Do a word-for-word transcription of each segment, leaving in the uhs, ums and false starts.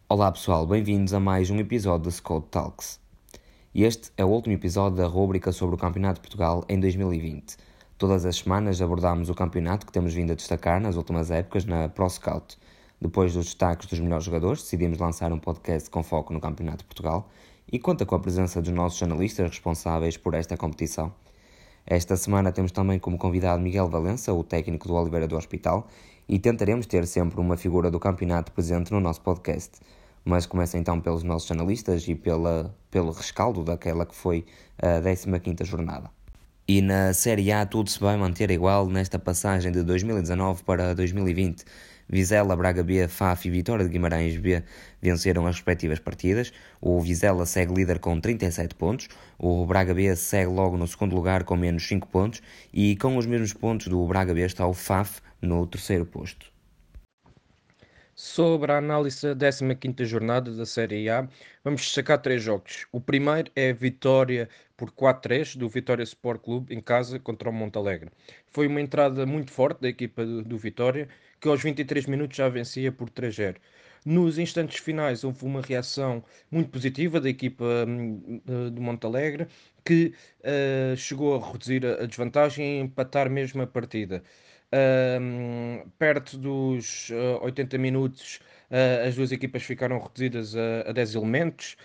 Olá pessoal, bem-vindos a mais um episódio do Scout Talks. Este é o último episódio da rúbrica sobre o Campeonato de Portugal em dois mil e vinte. Todas as semanas abordamos o campeonato que temos vindo a destacar nas últimas épocas na ProScout. Depois dos destaques dos melhores jogadores, decidimos lançar um podcast com foco no Campeonato de Portugal e conta com a presença dos nossos analistas responsáveis por esta competição. Esta semana temos também como convidado Miguel Valença, o técnico do Oliveira do Hospital, e tentaremos ter sempre uma figura do campeonato presente no nosso podcast. Mas começa então pelos nossos analistas e pela, pelo rescaldo daquela que foi a décima quinta jornada. E na Série A tudo se vai manter igual nesta passagem de dois mil e dezanove para dois mil e vinte. Vizela, Braga B, F A F e Vitória de Guimarães B venceram as respectivas partidas. O Vizela segue líder com trinta e sete pontos, o Braga B segue logo no segundo lugar com menos cinco pontos e com os mesmos pontos do Braga B está o F A F no terceiro posto. Sobre a análise da décima quinta jornada da Série A, vamos destacar três jogos. O primeiro é a vitória por quatro a três do Vitória Sport Clube em casa contra o Montalegre. Foi uma entrada muito forte da equipa do, do Vitória, que aos vinte e três minutos já vencia por três a zero. Nos instantes finais houve uma reação muito positiva da equipa hum, do Montalegre, que uh, chegou a reduzir a desvantagem e empatar mesmo a partida. Um, perto dos uh, oitenta minutos, uh, as duas equipas ficaram reduzidas a, a dez elementos.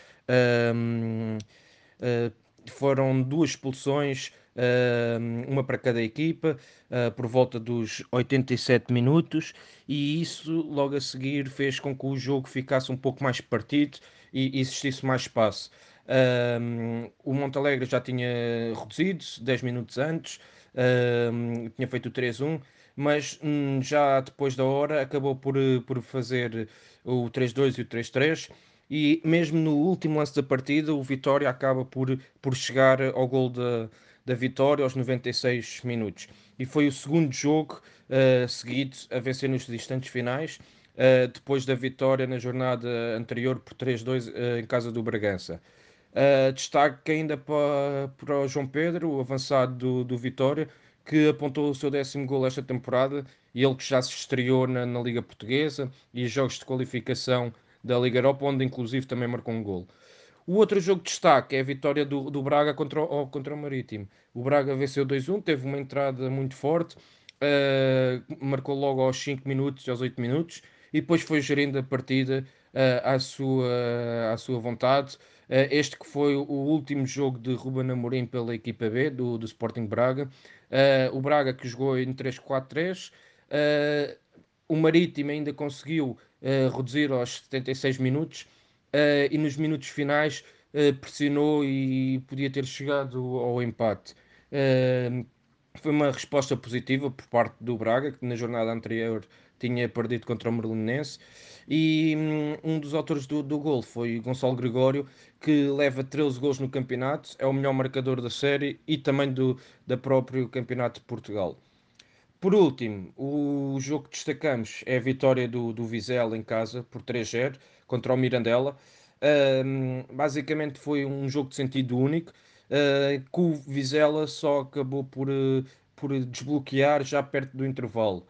Um, uh, Foram duas expulsões, uh, uma para cada equipa, uh, por volta dos oitenta e sete minutos, e isso logo a seguir fez com que o jogo ficasse um pouco mais partido e existisse mais espaço. Um, o Montalegre já tinha reduzido dez minutos antes, um, tinha feito o três a um, mas hum, já depois da hora acabou por, eh, por fazer o três a dois e o três a três. E mesmo no último lance da partida, o Vitória acaba por, por chegar ao gol da, da vitória aos noventa e seis minutos. E foi o segundo jogo uh, seguido a vencer nos instantes finais, uh, depois da vitória na jornada anterior por três a dois uh, em casa do Bragança. Uh, destaque ainda para, para o João Pedro, o avançado do, do Vitória, que apontou o seu décimo gol esta temporada, e ele que já se estreou na, na Liga Portuguesa e jogos de qualificação da Liga Europa, onde inclusive também marcou um gol. O outro jogo de destaque é a vitória do, do Braga contra o, contra o Marítimo. O Braga venceu dois a um, teve uma entrada muito forte, uh, marcou logo aos cinco minutos, aos oito minutos, e depois foi gerindo a partida uh, à, sua, à sua vontade. Uh, este que foi o último jogo de Ruben Amorim pela equipa B, do, do Sporting Braga. Uh, o Braga que jogou em três quatro três. Uh, o Marítimo ainda conseguiu uh, reduzir aos setenta e seis minutos, uh, e nos minutos finais uh, pressionou e podia ter chegado ao empate. Uh, Foi uma resposta positiva por parte do Braga, que na jornada anterior tinha perdido contra o Merlinense. E um, um dos autores do, do gol foi Gonçalo Gregório, que leva treze gols no campeonato, é o melhor marcador da série e também do da próprio Campeonato de Portugal. Por último, o jogo que destacamos é a vitória do, do Vizela em casa por três a zero contra o Mirandela. Um, basicamente foi um jogo de sentido único, uh, que o Vizela só acabou por, uh, por desbloquear já perto do intervalo.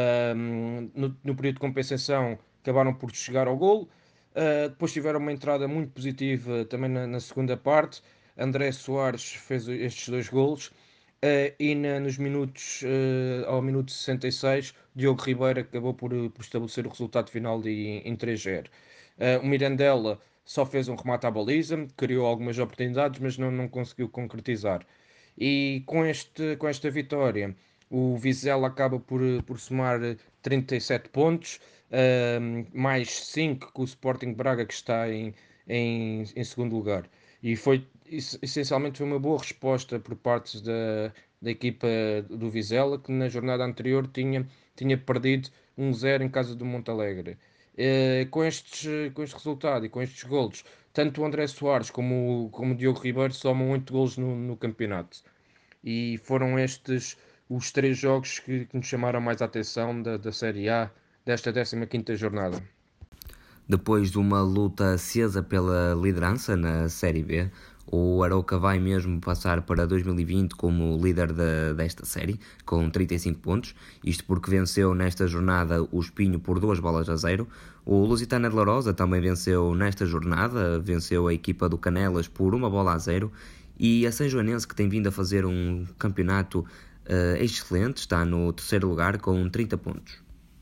Um, no, no período de compensação acabaram por chegar ao golo. Uh, depois tiveram uma entrada muito positiva também na, na segunda parte. André Soares fez estes dois golos. Uh, e na- nos minutos, uh, ao minuto sessenta e seis, Diogo Ribeiro acabou por, uh, por estabelecer o resultado final de, em três a zero. Uh, o Mirandela só fez um remate à baliza, criou algumas oportunidades, mas não, não conseguiu concretizar. E com, este, com esta vitória, o Vizela acaba por, uh, por somar uh, trinta e sete pontos, uh, mais cinco que o Sporting Braga, que está em, em, em segundo lugar. E foi essencialmente foi uma boa resposta por parte da, da equipa do Vizela, que na jornada anterior tinha, tinha perdido um zero em casa do Montalegre. Eh, com, estes, com este resultado e com estes golos, tanto o André Soares como, o- como o Diogo Ribeiro somam oito golos no, no campeonato. E foram estes os três jogos que, que nos chamaram mais a atenção da, da Série A desta décima quinta jornada. Depois de uma luta acesa pela liderança na Série B, O Arouca vai mesmo passar para dois mil e vinte como líder de, desta série, com trinta e cinco pontos, isto porque venceu nesta jornada o Espinho por duas bolas a zero. O Lusitana de Lourosa também venceu nesta jornada, venceu a equipa do Canelas por uma bola a zero, e a São Joanense, que tem vindo a fazer um campeonato uh, excelente, está no terceiro lugar com trinta pontos.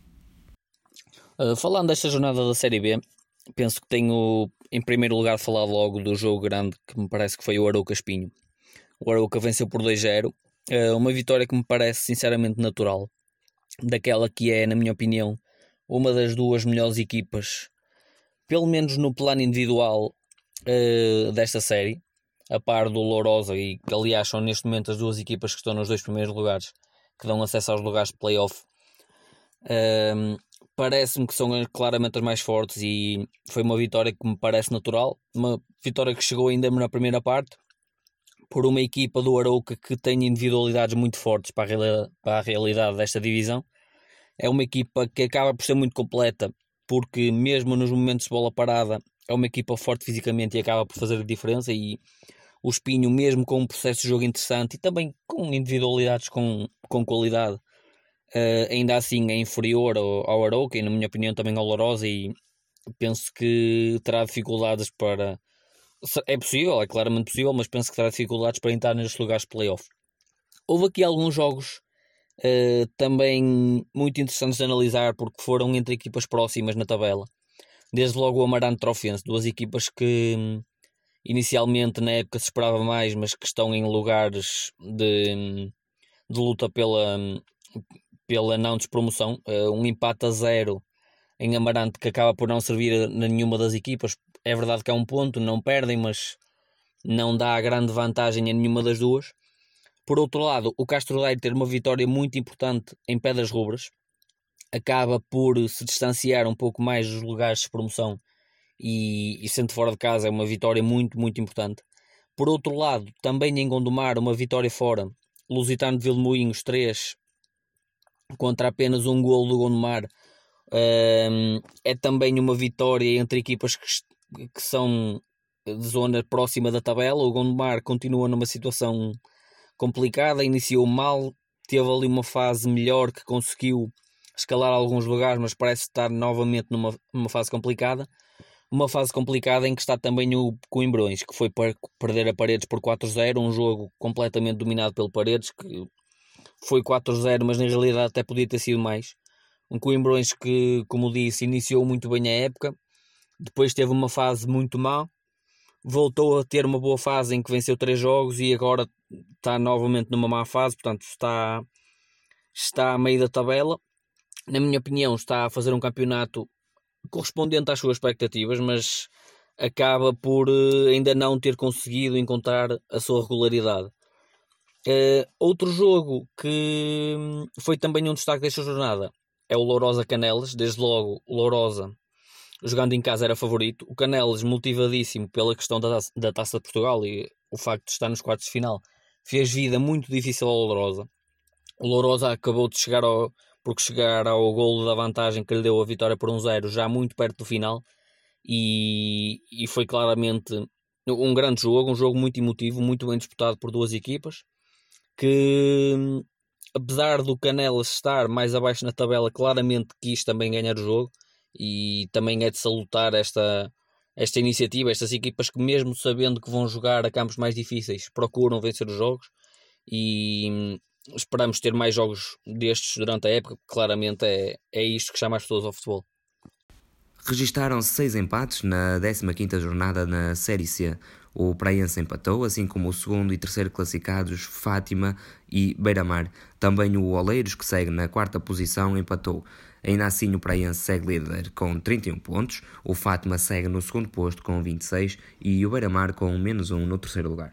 Uh, falando desta jornada da Série B, penso que tenho em primeiro lugar falar logo do jogo grande que me parece que foi o Arouca Espinho. O Arouca venceu por dois a zero, uh, uma vitória que me parece sinceramente natural, daquela que é, na minha opinião, uma das duas melhores equipas, pelo menos no plano individual, uh, desta série, a par do Lourosa, e que aliás são neste momento as duas equipas que estão nos dois primeiros lugares, que dão acesso aos lugares de play-off. Uh, Parece-me que são claramente as mais fortes e foi uma vitória que me parece natural, uma vitória que chegou ainda na primeira parte, por uma equipa do Arouca que tem individualidades muito fortes para a, reali- para a realidade desta divisão. É uma equipa que acaba por ser muito completa, porque mesmo nos momentos de bola parada é uma equipa forte fisicamente e acaba por fazer a diferença. E o Espinho, mesmo com um processo de jogo interessante e também com individualidades com, com qualidade, uh, ainda assim é inferior ao, ao Arouca e, na minha opinião, também ao Lourosa, e penso que terá dificuldades para... É possível, é claramente possível, mas penso que terá dificuldades para entrar nestes lugares de play-off. Houve aqui alguns jogos uh, também muito interessantes de analisar, porque foram entre equipas próximas na tabela. Desde logo o Amarante Trofense, duas equipas que inicialmente na época se esperava mais, mas que estão em lugares de, de luta pela, pela não despromoção. Uh, um empate a zero em Amarante que acaba por não servir a nenhuma das equipas. É verdade que é um ponto, não perdem, mas não dá grande vantagem a nenhuma das duas. Por outro lado, o Castro Daire ter uma vitória muito importante em Pedras Rubras acaba por se distanciar um pouco mais dos lugares de promoção, e, e sendo fora de casa é uma vitória muito, muito importante. Por outro lado, também em Gondomar, uma vitória fora, Lusitano de Vilmoinhos três contra apenas um golo do Gondomar. Um, é também uma vitória entre equipas que, que são de zona próxima da tabela. O Gondomar continua numa situação complicada, iniciou mal, teve ali uma fase melhor que conseguiu escalar alguns lugares, mas parece estar novamente numa, numa fase complicada. Uma fase complicada em que está também o Coimbrões, que foi para perder a Paredes por quatro a zero, um jogo completamente dominado pelo Paredes, que foi quatro a zero, mas na realidade até podia ter sido mais. Um Coimbrões que, como disse, iniciou muito bem a época, depois teve uma fase muito má, voltou a ter uma boa fase em que venceu três jogos e agora está novamente numa má fase, portanto está, está a meio da tabela. Na minha opinião, está a fazer um campeonato correspondente às suas expectativas, mas acaba por uh, ainda não ter conseguido encontrar a sua regularidade. Uh, outro jogo que foi também um destaque desta jornada é o Lourosa Canelas. Desde logo, o Lourosa, jogando em casa, era favorito. O Canelas, motivadíssimo pela questão da, da Taça de Portugal e o facto de estar nos quartos de final, fez vida muito difícil ao Lourosa. O Lourosa acabou de chegar ao, porque chegar ao golo da vantagem que lhe deu a vitória por um zero já muito perto do final, e, e foi claramente um grande jogo, um jogo muito emotivo, muito bem disputado por duas equipas que, apesar do Canelas estar mais abaixo na tabela, claramente quis também ganhar o jogo, e também é de salutar esta, esta iniciativa, estas equipas que, mesmo sabendo que vão jogar a campos mais difíceis, procuram vencer os jogos, e esperamos ter mais jogos destes durante a época, porque claramente é, é isto que chama as pessoas ao futebol. Registaram-se seis empates na décima quinta jornada na Série C. O Praense empatou, assim como o segundo e terceiro classificados Fátima e Beira-Mar. Também o Oleiros, que segue na quarta posição, empatou. Ainda assim, o Praense segue líder com trinta e um pontos, o Fátima segue no segundo posto com vinte e seis e o Beira-Mar com menos um no terceiro lugar.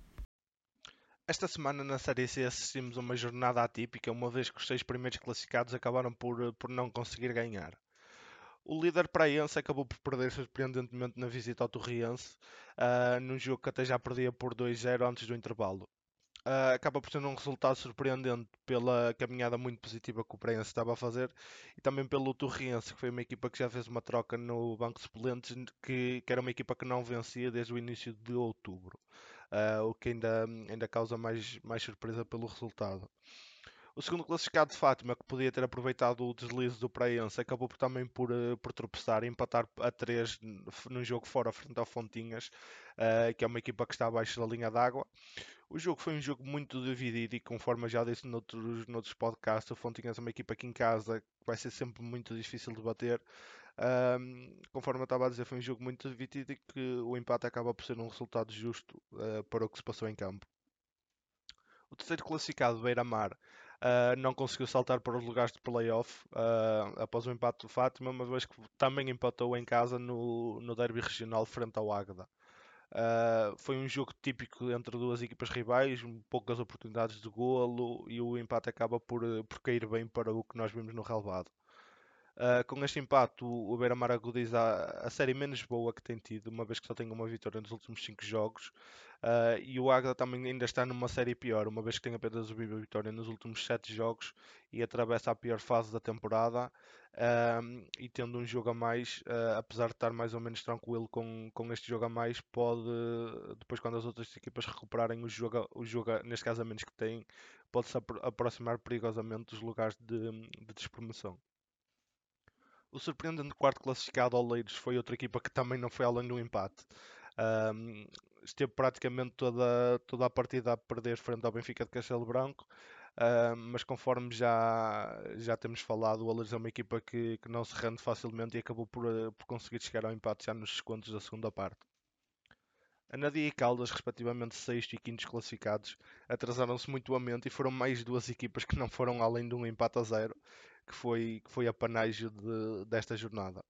Esta semana na Série C assistimos a uma jornada atípica, uma vez que os seis primeiros classificados acabaram por, por não conseguir ganhar. O líder praense acabou por perder surpreendentemente na visita ao Torriense, uh, num jogo que até já perdia por dois a zero antes do intervalo. Uh, acaba por ser um resultado surpreendente pela caminhada muito positiva que o Prense estava a fazer e também pelo Torriense, que foi uma equipa que já fez uma troca no banco de suplentes, que, que era uma equipa que não vencia desde o início de outubro, uh, o que ainda, ainda causa mais, mais surpresa pelo resultado. O segundo classificado de Fátima, que podia ter aproveitado o deslize do Praense, acabou por, também por, uh, por tropeçar e empatar a três num jogo fora frente ao Fontinhas, uh, que é uma equipa que está abaixo da linha d'água. O jogo foi um jogo muito dividido e, conforme eu já disse noutros, noutros podcasts, o Fontinhas é uma equipa aqui em casa que vai ser sempre muito difícil de bater. Um, conforme eu estava a dizer, foi um jogo muito dividido e que o empate acaba por ser um resultado justo uh, para o que se passou em campo. O terceiro classificado, Beira-Mar, uh, não conseguiu saltar para os lugares de playoff uh, após o empate do Fátima, uma vez que também empatou em casa no, no derby regional frente ao Águeda. Uh, foi um jogo típico entre duas equipas rivais, poucas oportunidades de golo e o empate acaba por, por cair bem para o que nós vimos no relevado. Uh, com este empate, o, o Beira-Mar agudiza a, a série menos boa que tem tido, uma vez que só tem uma vitória nos últimos cinco jogos. Uh, e o Águeda também ainda está numa série pior, uma vez que tem apenas uma vitória nos últimos sete jogos e atravessa a pior fase da temporada. Uh, e tendo um jogo a mais, uh, apesar de estar mais ou menos tranquilo com, com este jogo a mais, pode, depois quando as outras equipas recuperarem o jogo, o jogo neste caso a menos que têm, pode-se apro aproximar perigosamente dos lugares de, de despromoção. O surpreendente quarto classificado, Oleiros, foi outra equipa que também não foi além do empate. Um, esteve praticamente toda, toda a partida a perder frente ao Benfica de Castelo Branco, uh, mas conforme já, já temos falado, o Oleiros é uma equipa que, que não se rende facilmente e acabou por, por conseguir chegar ao empate já nos descontos da segunda parte. A Nadia e Caldas, respectivamente sexto e quinto classificados, atrasaram-se mutuamente e foram mais duas equipas que não foram além de um empate a zero, que foi, que foi a panágio de, desta jornada.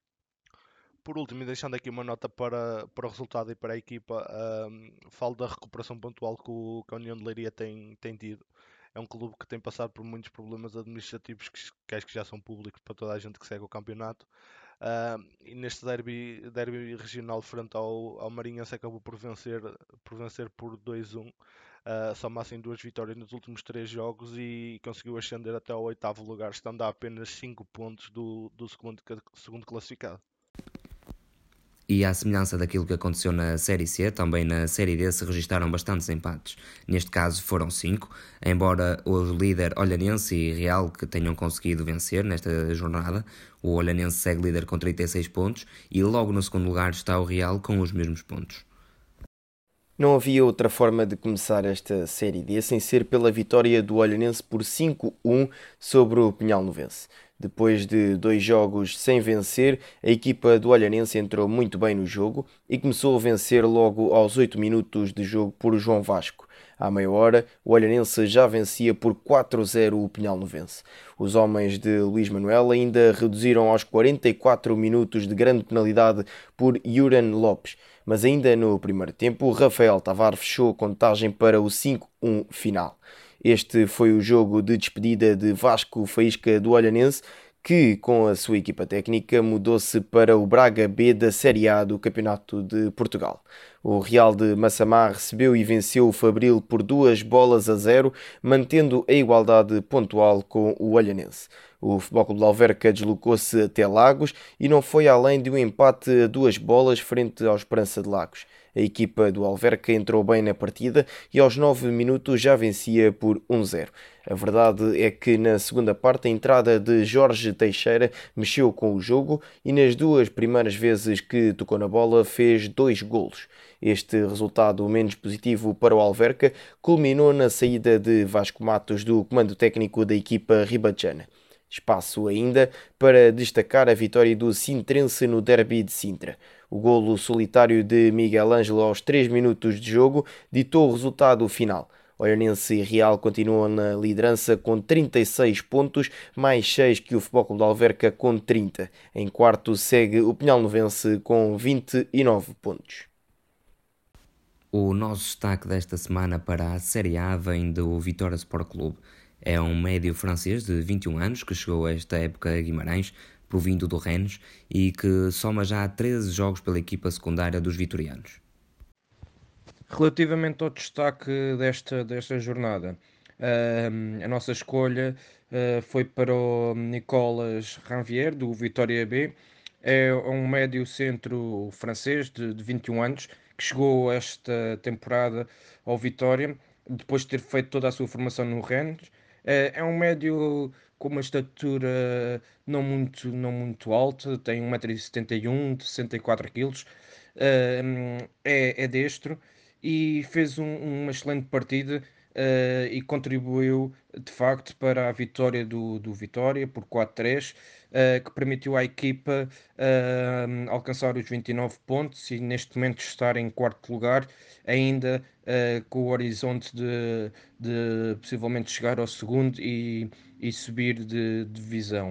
Por último, e deixando aqui uma nota para, para o resultado e para a equipa, um, falo da recuperação pontual que, o, que a União de Leiria tem, tem tido. É um clube que tem passado por muitos problemas administrativos que, que acho que já são públicos para toda a gente que segue o campeonato. Uh, e neste derby, derby regional frente ao, ao Marinhense acabou por vencer por, vencer por dois a um. Uh, somassem duas vitórias nos últimos três jogos e conseguiu ascender até ao oitavo lugar, estando a apenas cinco pontos do, do segundo, segundo classificado. E à semelhança daquilo que aconteceu na Série C, também na Série D se registaram bastantes empates. Neste caso foram cinco, embora o líder Olhanense e Real que tenham conseguido vencer nesta jornada. O Olhanense segue líder com trinta e seis pontos e logo no segundo lugar está o Real com os mesmos pontos. Não havia outra forma de começar esta Série D sem ser pela vitória do Olhanense por cinco a um sobre o Pinhal-Novense. Depois de dois jogos sem vencer, a equipa do Olhanense entrou muito bem no jogo e começou a vencer logo aos oito minutos de jogo por João Vasco. À meia hora, o Olhanense já vencia por quatro a zero o Pinhal-Novense. Os homens de Luís Manuel ainda reduziram aos quarenta e quatro minutos de grande penalidade por Yuran Lopes, mas ainda no primeiro tempo, Rafael Tavares fechou a contagem para o cinco a um final. Este foi o jogo de despedida de Vasco Faísca do Olhanense, que, com a sua equipa técnica, mudou-se para o Braga B da Série A do Campeonato de Portugal. O Real de Massamá recebeu e venceu o Fabril por duas bolas a zero, mantendo a igualdade pontual com o Olhanense. O Futebol Clube de Alverca deslocou-se até Lagos e não foi além de um empate a duas bolas frente ao Esperança de Lagos. A equipa do Alverca entrou bem na partida e aos nove minutos já vencia por um a zero. A verdade é que na segunda parte a entrada de Jorge Teixeira mexeu com o jogo e nas duas primeiras vezes que tocou na bola fez dois golos. Este resultado menos positivo para o Alverca culminou na saída de Vasco Matos do comando técnico da equipa ribachana. Espaço ainda para destacar a vitória do Sintrense no derby de Sintra. O golo solitário de Miguel Ângelo aos três minutos de jogo ditou o resultado final. Olhanense e Real continuam na liderança com trinta e seis pontos, mais seis que o Futebol Clube de Alverca com trinta. Em quarto segue o Pinhal-Novense com vinte e nove pontos. O nosso destaque desta semana para a Série A vem do Vitória Sport Clube. É um médio francês de vinte e um anos que chegou a esta época a Guimarães, provindo do Rennes, e que soma já treze jogos pela equipa secundária dos vitorianos. Relativamente ao destaque desta, desta jornada, uh, a nossa escolha uh, foi para o Nicolas Ranvier, do Vitória B. É um médio centro francês de, de vinte e um anos, que chegou esta temporada ao Vitória, depois de ter feito toda a sua formação no Rennes. Uh, é um médio com uma estatura não muito, não muito alta, tem um metro e setenta e um, de sessenta e quatro quilos, uh, é, é destro e fez um- uma excelente partida, eh, e contribuiu de facto para a vitória do, do Vitória por quatro três, eh, que permitiu à equipa eh, alcançar os vinte e nove pontos e neste momento estar em quarto lugar, ainda eh, com o horizonte de, de possivelmente chegar ao segundo e, e subir de divisão.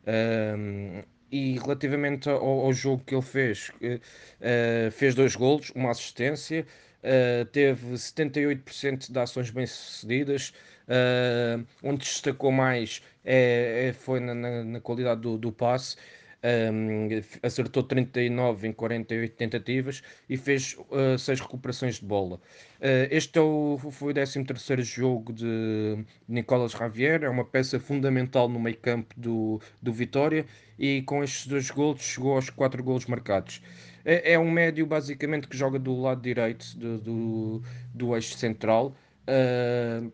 Um, e relativamente ao, ao jogo que ele fez, uh, fez dois golos, uma assistência, uh, teve setenta e oito por cento de ações bem-sucedidas, uh, onde destacou mais é, é- foi na, na- na qualidade do, do passe. Um, acertou trinta e nove em quarenta e oito tentativas e fez uh, seis recuperações de bola. Uh, este é o, foi o décimo terceiro jogo de Nicolas Javier, é uma peça fundamental no meio campo do, do Vitória e com estes dois golos chegou aos quatro golos marcados. É, é um médio basicamente que joga do lado direito do, do, do eixo central. Uh,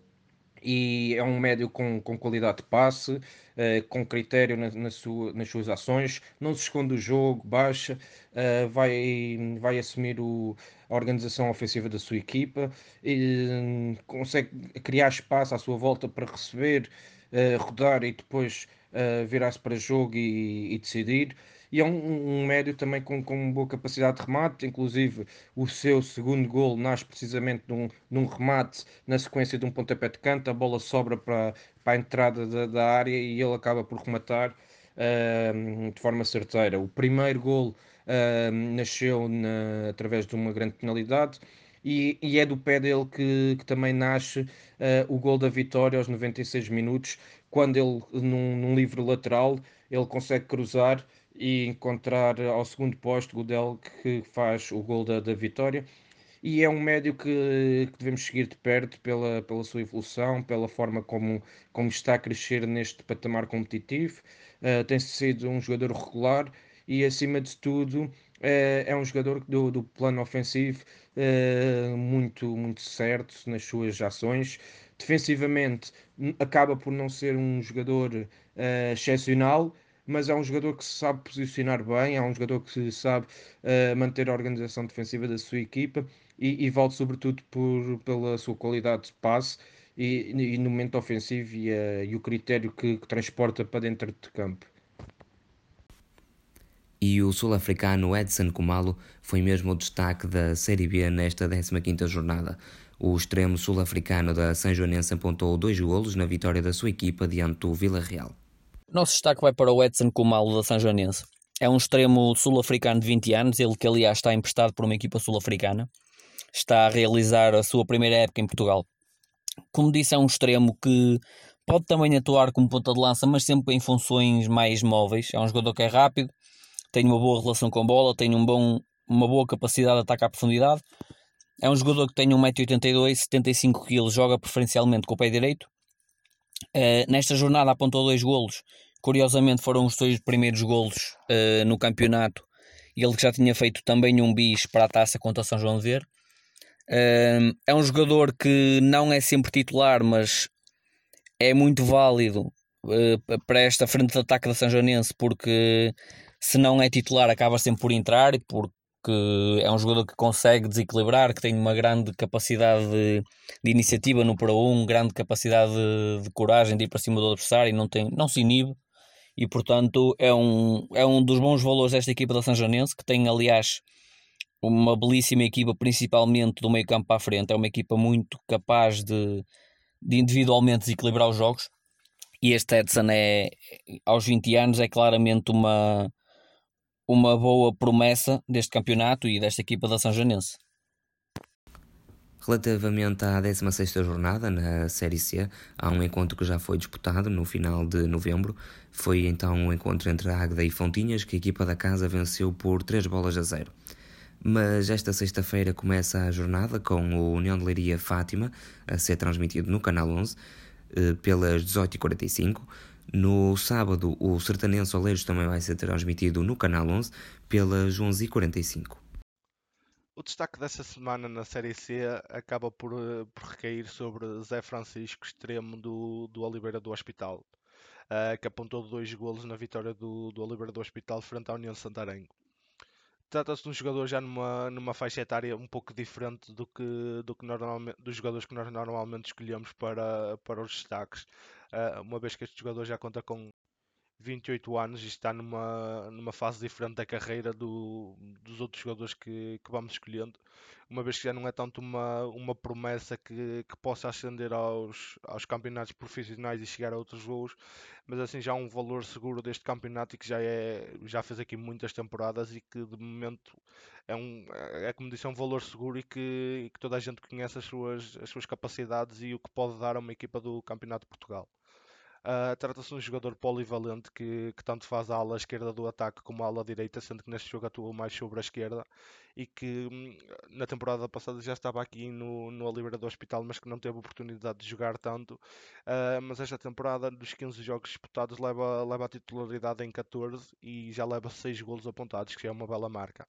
e é um médio com, com qualidade de passe, eh, com critério na, na sua- nas suas ações, não se esconde do jogo, baixa, eh, vai, vai assumir o- a organização ofensiva da sua equipa, e, hum, consegue criar espaço à sua volta para receber, eh, rodar e depois eh, virar-se para jogo e, e decidir. E é um, um médio também com, com boa capacidade de remate, inclusive o seu segundo gol nasce precisamente de um, de um remate na sequência de um pontapé de canto, a bola sobra para, para a entrada da, da área e ele acaba por rematar uh, de forma certeira. O primeiro gol uh, nasceu na, através de uma grande penalidade. E, e é do pé dele que, que também nasce uh, o gol da vitória aos noventa e seis minutos, quando ele, num, num livre lateral, ele consegue cruzar e encontrar ao segundo posto Godel, que faz o gol da, da vitória. E é um médio que, que devemos seguir de perto pela, pela sua evolução, pela forma como, como está a crescer neste patamar competitivo. Uh, tem sido um jogador regular e, acima de tudo, uh, é um jogador do, do plano ofensivo uh, muito, muito certo nas suas ações. Defensivamente, n- acaba por não ser um jogador uh, excepcional, mas é um jogador que se sabe posicionar bem, é um jogador que sabe uh, manter a organização defensiva da sua equipa e, e vale sobretudo por, pela sua qualidade de passe e, e no momento ofensivo e, uh, e o critério que, que transporta para dentro de campo. E o sul-africano Edson Khumalo foi mesmo o destaque da Série B nesta décima quinta jornada. O extremo sul-africano da São Joanense apontou dois golos na vitória da sua equipa diante do Vila Real. Nosso destaque vai para o Edson Khumalo da São Joanense. É um extremo sul-africano de vinte anos, ele que aliás está emprestado por uma equipa sul-africana. Está a realizar a sua primeira época em Portugal. Como disse, é um extremo que pode também atuar como ponta de lança, mas sempre em funções mais móveis. É um jogador que é rápido, tem uma boa relação com a bola, tem um bom, uma boa capacidade de ataque à profundidade. É um jogador que tem um metro e oitenta e dois, setenta e cinco quilos, joga preferencialmente com o pé direito. Uh, nesta jornada apontou dois golos. Curiosamente foram os dois primeiros golos uh, no campeonato. Ele que já tinha feito também um bis para a taça contra São João de Ver. Uh, é um jogador que não é sempre titular, mas é muito válido uh, para esta frente de ataque da São Joanense, porque se não é titular acaba sempre por entrar, porque é um jogador que consegue desequilibrar, que tem uma grande capacidade de, de iniciativa no para um, grande capacidade de, de coragem de ir para cima do adversário e não, tem, não se inibe. E portanto é um, é um dos bons valores desta equipa da São Joanense, que tem aliás uma belíssima equipa, principalmente do meio campo para a frente. É uma equipa muito capaz de, de individualmente desequilibrar os jogos, e este Edson é, aos vinte anos, é claramente uma, uma boa promessa deste campeonato e desta equipa da São Joanense. Relativamente à décima sexta jornada na Série C, há um encontro que já foi disputado no final de novembro. Foi então um encontro entre a Águeda e Fontinhas, que a equipa da casa venceu por três bolas a zero. Mas esta sexta-feira começa a jornada com o União de Leiria Fátima a ser transmitido no Canal onze pelas dezoito e quarenta e cinco. No sábado, o Sertanense Oleiros também vai ser transmitido no Canal onze pelas onze e quarenta e cinco. O destaque dessa semana na Série C acaba por, por recair sobre Zé Francisco, extremo do, do Oliveira do Hospital, uh, que apontou dois golos na vitória do, do Oliveira do Hospital frente à União de Santarém. Trata-se de um jogador já numa, numa faixa etária um pouco diferente do que, do que normalmente, dos jogadores que nós normalmente escolhemos para, para os destaques, uh, uma vez que este jogador já conta com vinte e oito anos e está numa, numa fase diferente da carreira do, dos outros jogadores que, que vamos escolhendo, uma vez que já não é tanto uma, uma promessa que, que possa ascender aos, aos campeonatos profissionais e chegar a outros voos, mas assim já um valor seguro deste campeonato e que já, é, já fez aqui muitas temporadas e que de momento é, um, é como disse, é um valor seguro e que, e que toda a gente conhece as suas, as suas capacidades e o que pode dar a uma equipa do Campeonato de Portugal. Uh, Trata-se de um jogador polivalente que, que tanto faz a ala esquerda do ataque como a ala direita, sendo que neste jogo atuou mais sobre a esquerda e que hum, na temporada passada já estava aqui no, no Oliveira do Hospital, mas que não teve oportunidade de jogar tanto. Uh, mas esta temporada, dos quinze jogos disputados, leva, leva a titularidade em catorze e já leva seis golos apontados, que já é uma bela marca.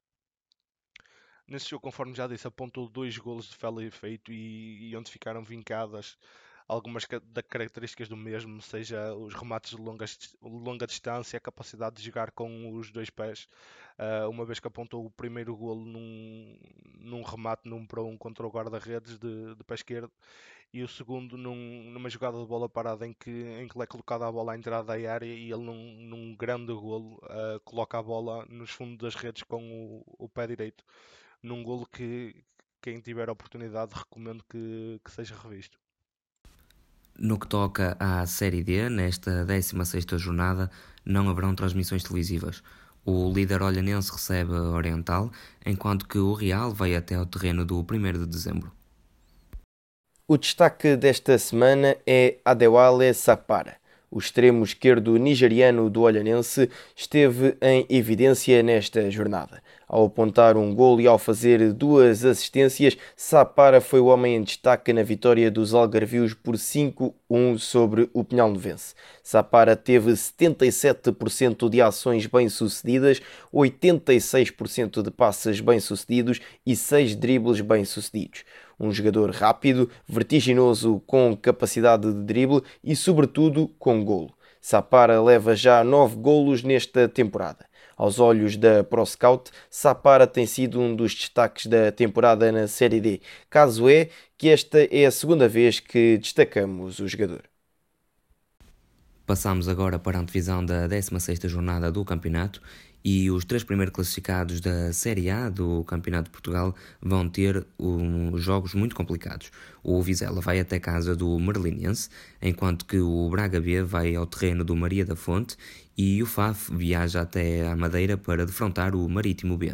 Nesse jogo, conforme já disse, apontou dois golos de fel e efeito e, e onde ficaram vincadas algumas das características do mesmo, seja os remates de longa, longa distância, a capacidade de jogar com os dois pés, uh, uma vez que apontou o primeiro golo num, num remate num para um contra o guarda-redes de, de pé esquerdo, e o segundo num, numa jogada de bola parada em que, em que lhe é colocada a bola à entrada da área e ele num, num grande golo uh, coloca a bola nos fundos das redes com o, o pé direito, num golo que quem tiver a oportunidade recomendo que, que seja revisto. No que toca à Série D, nesta décima sexta jornada, não haverão transmissões televisivas. O líder olhanense recebe a Oriental, enquanto que o Real vai até ao terreno do primeiro de dezembro. O destaque desta semana é Adewale Sapara. O extremo esquerdo nigeriano do Olhanense esteve em evidência nesta jornada. Ao apontar um golo e ao fazer duas assistências, Sapara foi o homem em destaque na vitória dos algarvios por cinco a um sobre o Pinhalnovense. Sapara teve setenta e sete por cento de ações bem-sucedidas, oitenta e seis por cento de passes bem-sucedidos e seis dribles bem-sucedidos. Um jogador rápido, vertiginoso, com capacidade de drible e, sobretudo, com golo. Sapara leva já nove golos nesta temporada. Aos olhos da ProScout, Sapara tem sido um dos destaques da temporada na Série D. Caso é que esta é a segunda vez que destacamos o jogador. Passamos agora para a antevisão da décima sexta jornada do campeonato e os três primeiros classificados da Série A do Campeonato de Portugal vão ter um, jogos muito complicados. O Vizela vai até casa do Merlinense, enquanto que o Braga B vai ao terreno do Maria da Fonte e o F A F viaja até à Madeira para defrontar o Marítimo B.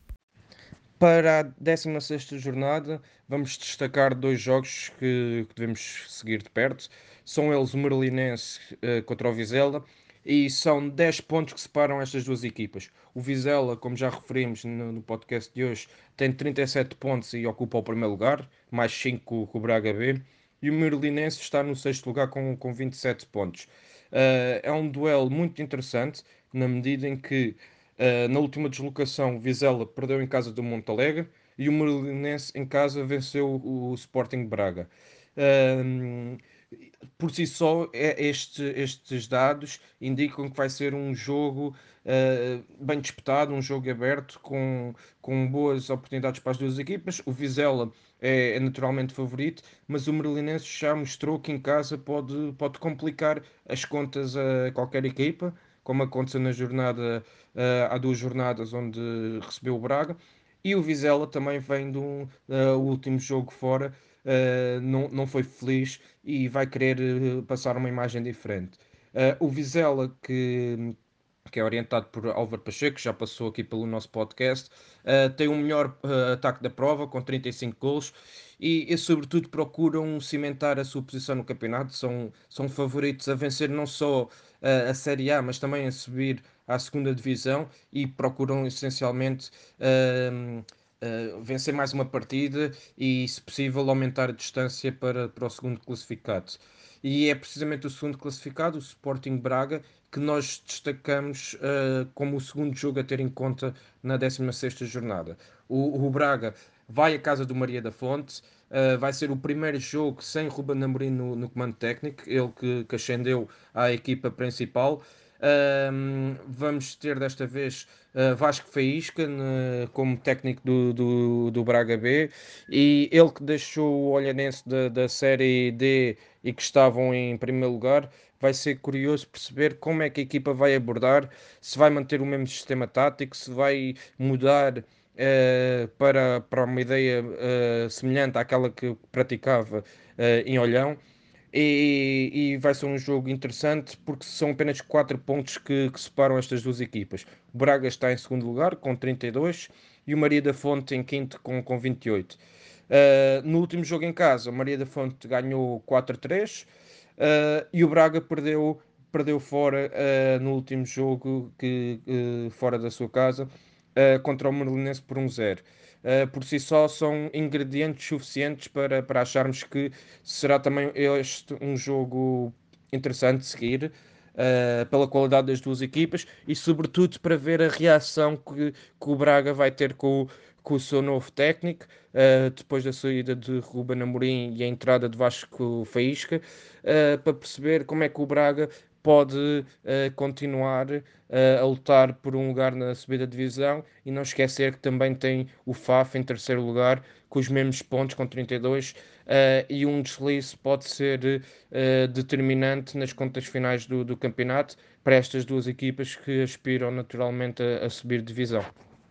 Para a décima sexta jornada, vamos destacar dois jogos que, que devemos seguir de perto. São eles o Merlinense uh, contra o Vizela e são dez pontos que separam estas duas equipas. O Vizela, como já referimos no, no podcast de hoje, tem trinta e sete pontos e ocupa o primeiro lugar, mais cinco que o Braga B. E o Merlinense está no sexto lugar com, com vinte e sete pontos. Uh, é um duelo muito interessante, na medida em que Uh, na última deslocação, o Vizela perdeu em casa do Montalegre e o Merlinense em casa venceu o, o Sporting Braga. Uh, por si só, é, este, estes dados indicam que vai ser um jogo uh, bem disputado, um jogo aberto, com, com boas oportunidades para as duas equipas. O Vizela é, é naturalmente favorito, mas o Merlinense já mostrou que em casa pode, pode complicar as contas a qualquer equipa, como aconteceu na jornada, uh, há duas jornadas onde recebeu o Braga, e o Vizela também vem do uh, último jogo fora, uh, não, não foi feliz e vai querer uh, passar uma imagem diferente. Uh, o Vizela, que, que é orientado por Álvaro Pacheco, que já passou aqui pelo nosso podcast, uh, tem o melhor uh, ataque da prova, com trinta e cinco golos, e, e sobretudo procuram cimentar a sua posição no campeonato, são, são favoritos a vencer não só uh, a Série A, mas também a subir à segunda divisão e procuram essencialmente uh, uh, vencer mais uma partida e, se possível, aumentar a distância para, para o segundo classificado. E é precisamente o segundo classificado, o Sporting Braga, que nós destacamos uh, como o segundo jogo a ter em conta na décima sexta jornada. O, o Braga vai à casa do Maria da Fonte, uh, vai ser o primeiro jogo sem Ruben Amorim no, no comando técnico, ele que, que ascendeu à equipa principal. Uh, vamos ter desta vez uh, Vasco Faísca uh, como técnico do, do, do Braga B, e ele que deixou o Olhanense da, da Série D e que estavam em primeiro lugar. Vai ser curioso perceber como é que a equipa vai abordar, se vai manter o mesmo sistema tático, se vai mudar uh, para, para uma ideia uh, semelhante àquela que praticava uh, em Olhão. E, e vai ser um jogo interessante porque são apenas quatro pontos que, que separam estas duas equipas. O Braga está em segundo lugar com trinta e dois e o Maria da Fonte em quinto com, com vinte e oito. Uh, no último jogo em casa, o Maria da Fonte ganhou quatro a três uh, e o Braga perdeu, perdeu fora uh, no último jogo que, uh, fora da sua casa uh, contra o Merlinense por um zero. Uh, por si só são ingredientes suficientes para, para acharmos que será também este um jogo interessante de seguir, uh, pela qualidade das duas equipas e sobretudo para ver a reação que, que o Braga vai ter com, com o seu novo técnico, uh, depois da saída de Ruben Amorim e a entrada de Vasco Faísca, uh, para perceber como é que o Braga pode uh, continuar uh, a lutar por um lugar na subida de divisão, e não esquecer que também tem o F A F em terceiro lugar com os mesmos pontos, com trinta e dois, uh, e um deslize pode ser uh, determinante nas contas finais do, do campeonato para estas duas equipas que aspiram naturalmente a, a subir de divisão.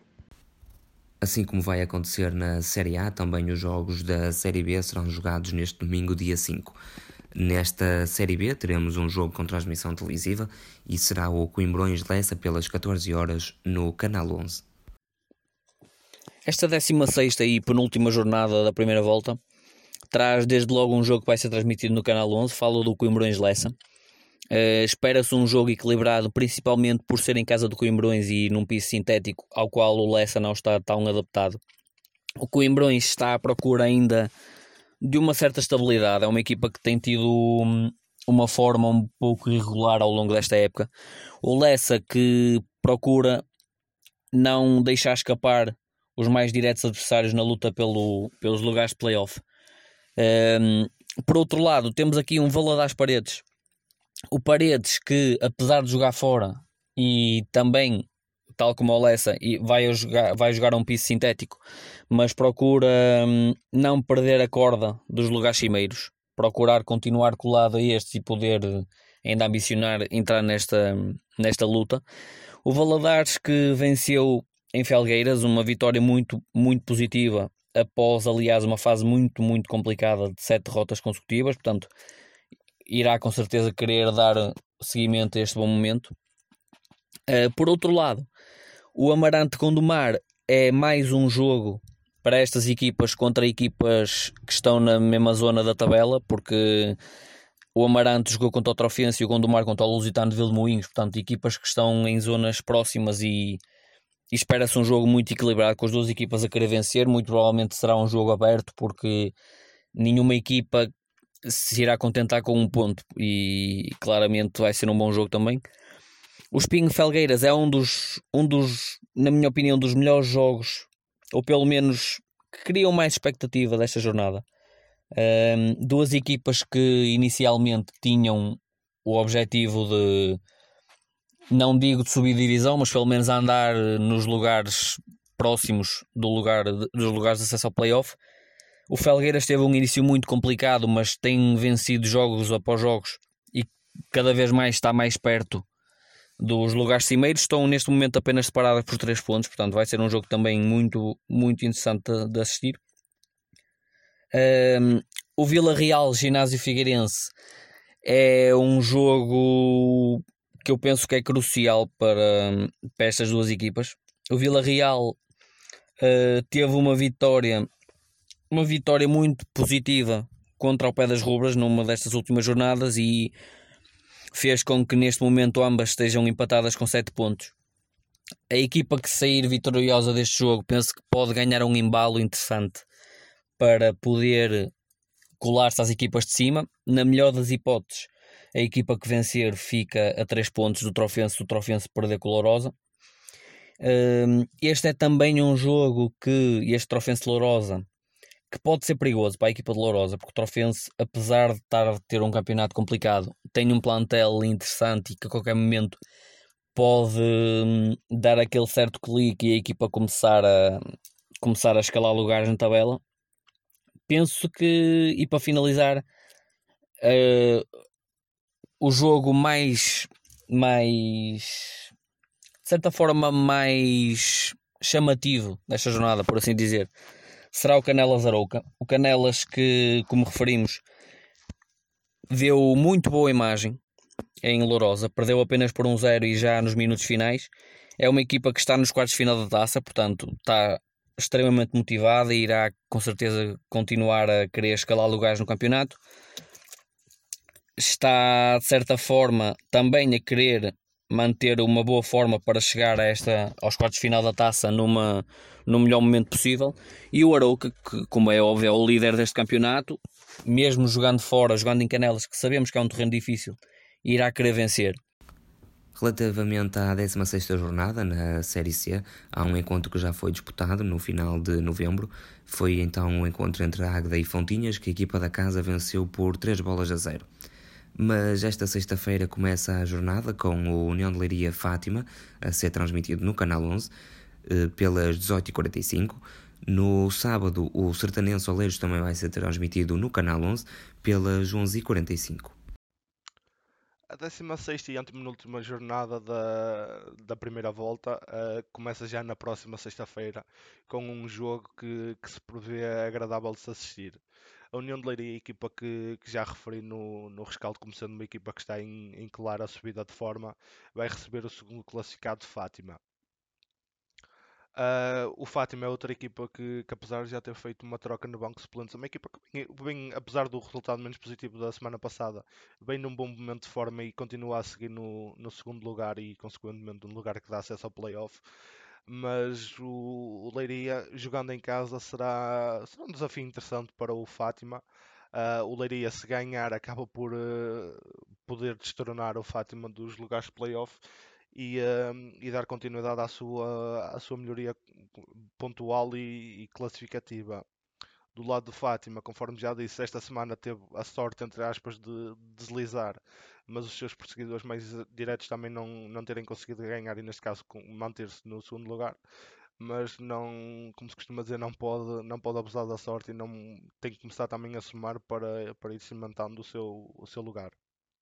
Assim como vai acontecer na Série A, também os jogos da Série B serão jogados neste domingo, dia cinco. Nesta Série B teremos um jogo com transmissão televisiva e será o Coimbrões-Lessa pelas catorze horas no Canal onze. Esta décima sexta e penúltima jornada da primeira volta traz desde logo um jogo que vai ser transmitido no Canal onze, falo do Coimbrões-Lessa. Uh, espera-se um jogo equilibrado, principalmente por ser em casa do Coimbrões e num piso sintético ao qual o Lessa não está tão adaptado. O Coimbrões está à procura ainda de uma certa estabilidade, é uma equipa que tem tido uma forma um pouco irregular ao longo desta época. O Lessa que procura não deixar escapar os mais diretos adversários na luta pelo, pelos lugares de play-off. Um, por outro lado, temos aqui um Valadares Paredes. O Paredes que, apesar de jogar fora e também, tal como o Lessa, vai jogar, vai jogar a um piso sintético, mas procura hum, não perder a corda dos lugares cimeiros, procurar continuar colado a estes e poder ainda ambicionar entrar nesta, nesta luta. O Valadares que venceu em Felgueiras, uma vitória muito, muito positiva, após aliás uma fase muito, muito complicada de sete derrotas consecutivas, portanto irá com certeza querer dar seguimento a este bom momento. Uh, por outro lado, o Amarante Gondomar é mais um jogo para estas equipas contra equipas que estão na mesma zona da tabela, porque o Amarante jogou contra o Trofense e o Gondomar contra o Lusitano de Vilmoinhos, portanto equipas que estão em zonas próximas, e, e espera-se um jogo muito equilibrado, com as duas equipas a querer vencer. Muito provavelmente será um jogo aberto, porque nenhuma equipa se irá contentar com um ponto e claramente vai ser um bom jogo também. O Espinho Felgueiras é um dos, um dos, na minha opinião, dos melhores jogos, ou pelo menos que criam mais expectativa desta jornada. Um, duas equipas que inicialmente tinham o objetivo de, não digo de subir divisão, mas pelo menos andar nos lugares próximos do lugar, dos lugares de acesso ao play-off. O Felgueiras teve um início muito complicado, mas tem vencido jogos após jogos e cada vez mais está mais perto dos lugares cimeiros. Estão neste momento apenas separados por três pontos, portanto vai ser um jogo também muito, muito interessante de, de assistir. Um, o Vila Real Ginásio Figueirense é um jogo que eu penso que é crucial para, para estas duas equipas. O Vila Real uh, teve uma vitória uma vitória muito positiva contra o Pé das Rubras numa destas últimas jornadas e fez com que neste momento ambas estejam empatadas com sete pontos. a equipa que sair vitoriosa deste jogo penso que pode ganhar um embalo interessante para poder colar-se às equipas de cima. Na melhor das hipóteses, a equipa que vencer fica a três pontos do Trofense, do Trofense perder com o Lourosa. Um, este é também um jogo que este Trofense Lourosa que pode ser perigoso para a equipa de Lourosa, porque o Trofense, apesar de estar a ter um campeonato complicado, tem um plantel interessante e que a qualquer momento pode hum, dar aquele certo clique e a equipa começar a, começar a escalar lugares na tabela. Penso que, e para finalizar, uh, o jogo mais, mais, de certa forma, mais chamativo desta jornada, por assim dizer, será o Canelas Arouca. O Canelas que, como referimos, deu muito boa imagem em Lourosa, perdeu apenas por um zero e já nos minutos finais. É uma equipa que está nos quartos de final da taça, portanto está extremamente motivada e irá com certeza continuar a querer escalar lugares no campeonato. Está de certa forma também a querer manter uma boa forma para chegar a esta, aos quartos de final da taça numa, no melhor momento possível. E o Arouca, que como é óbvio é o líder deste campeonato, mesmo jogando fora, jogando em Canelas, que sabemos que é um terreno difícil, irá querer vencer. Relativamente à décima sexta jornada na Série C, há um encontro que já foi disputado no final de novembro. Foi então um encontro entre Águeda e Fontinhas, que a equipa da casa venceu por três bolas a zero. Mas esta sexta-feira começa a jornada com o União de Leiria Fátima a ser transmitido no Canal onze pelas dezoito e quarenta e cinco. No sábado o Sertanense Oleiros também vai ser transmitido no Canal onze pelas onze e quarenta e cinco. A décima sexta e antepenúltima jornada da, da primeira volta uh, começa já na próxima sexta-feira com um jogo que, que se prevê agradável de se assistir. A União de Leiria, a equipa que, que já referi no, no rescaldo como sendo uma equipa que está em, em clara subida de forma, vai receber o segundo classificado de Fátima. Uh, o Fátima é outra equipa que, que, apesar de já ter feito uma troca no banco de suplentes, é uma equipa que, bem, apesar do resultado menos positivo da semana passada, vem num bom momento de forma e continua a seguir no, no segundo lugar e, consequentemente, um lugar que dá acesso ao playoff. Mas o, o Leiria, jogando em casa, será, será um desafio interessante para o Fátima. Uh, o Leiria, se ganhar, acaba por uh, poder destronar o Fátima dos lugares de playoff. E, um, e dar continuidade à sua, à sua melhoria pontual e, e classificativa. Do lado do Fátima, conforme já disse, esta semana teve a sorte, entre aspas, de deslizar, mas os seus perseguidores mais diretos também não, não terem conseguido ganhar e, neste caso, manter-se no segundo lugar. Mas não, como se costuma dizer, não pode, não pode abusar da sorte e não tem que começar também a somar para, para ir cimentando o seu, o seu lugar.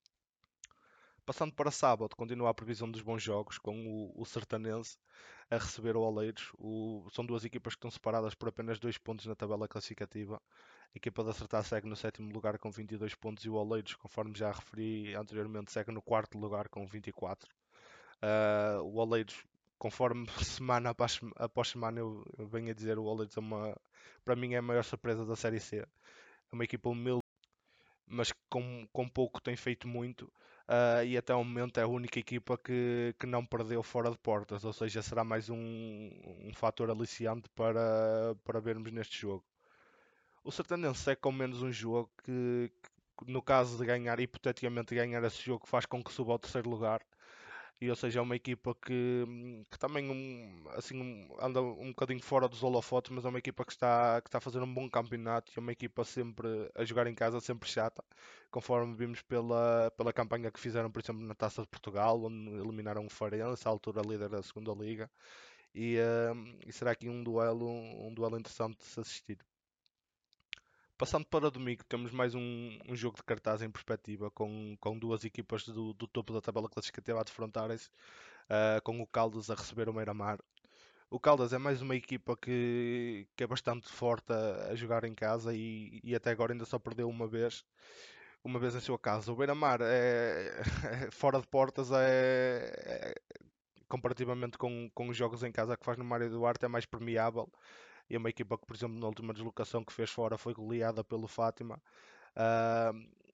Passando para sábado, continua a previsão dos bons jogos, com o, o Sertanense a receber o Oleiros. O, são duas equipas que estão separadas por apenas dois pontos na tabela classificativa. A equipa da Acertar segue no sétimo lugar com vinte e dois pontos e o Oleiros, conforme já referi anteriormente, segue no quarto lugar com vinte e quatro. Uh, o Oleiros, conforme semana após, após semana eu, eu venho a dizer, o Oleiros é uma, para mim é a maior surpresa da Série C. É uma equipa humilde, mas com, com pouco tem feito muito. Uh, e até o momento é a única equipa que, que não perdeu fora de portas, ou seja, será mais um, um fator aliciante para, para vermos neste jogo. O Sertanense é com menos um jogo que, que, no caso de ganhar, hipoteticamente ganhar esse jogo, faz com que suba ao terceiro lugar. E, ou seja, é uma equipa que, que também um, assim, um, anda um bocadinho fora dos holofotes, mas é uma equipa que está, que está a fazer um bom campeonato e é uma equipa sempre a jogar em casa, sempre chata, conforme vimos pela, pela campanha que fizeram, por exemplo, na Taça de Portugal, onde eliminaram o Farense, à altura líder da segunda Liga. E, um, e será aqui um duelo, um duelo interessante de se assistir. Passando para domingo, temos mais um, um jogo de cartaz em perspectiva, com, com duas equipas do, do topo da tabela classificativa a defrontarem-se, uh, com o Caldas a receber o Meira-Mar. O Caldas é mais uma equipa que, que é bastante forte a, a jogar em casa e, e até agora ainda só perdeu uma vez, uma vez em sua casa. O Beira-Mar é, é, fora de portas é, é comparativamente com, com os jogos em casa que faz no Mário Duarte é mais permeável. E é uma equipa que, por exemplo, na última deslocação que fez fora foi goleada pelo Fátima. Uh,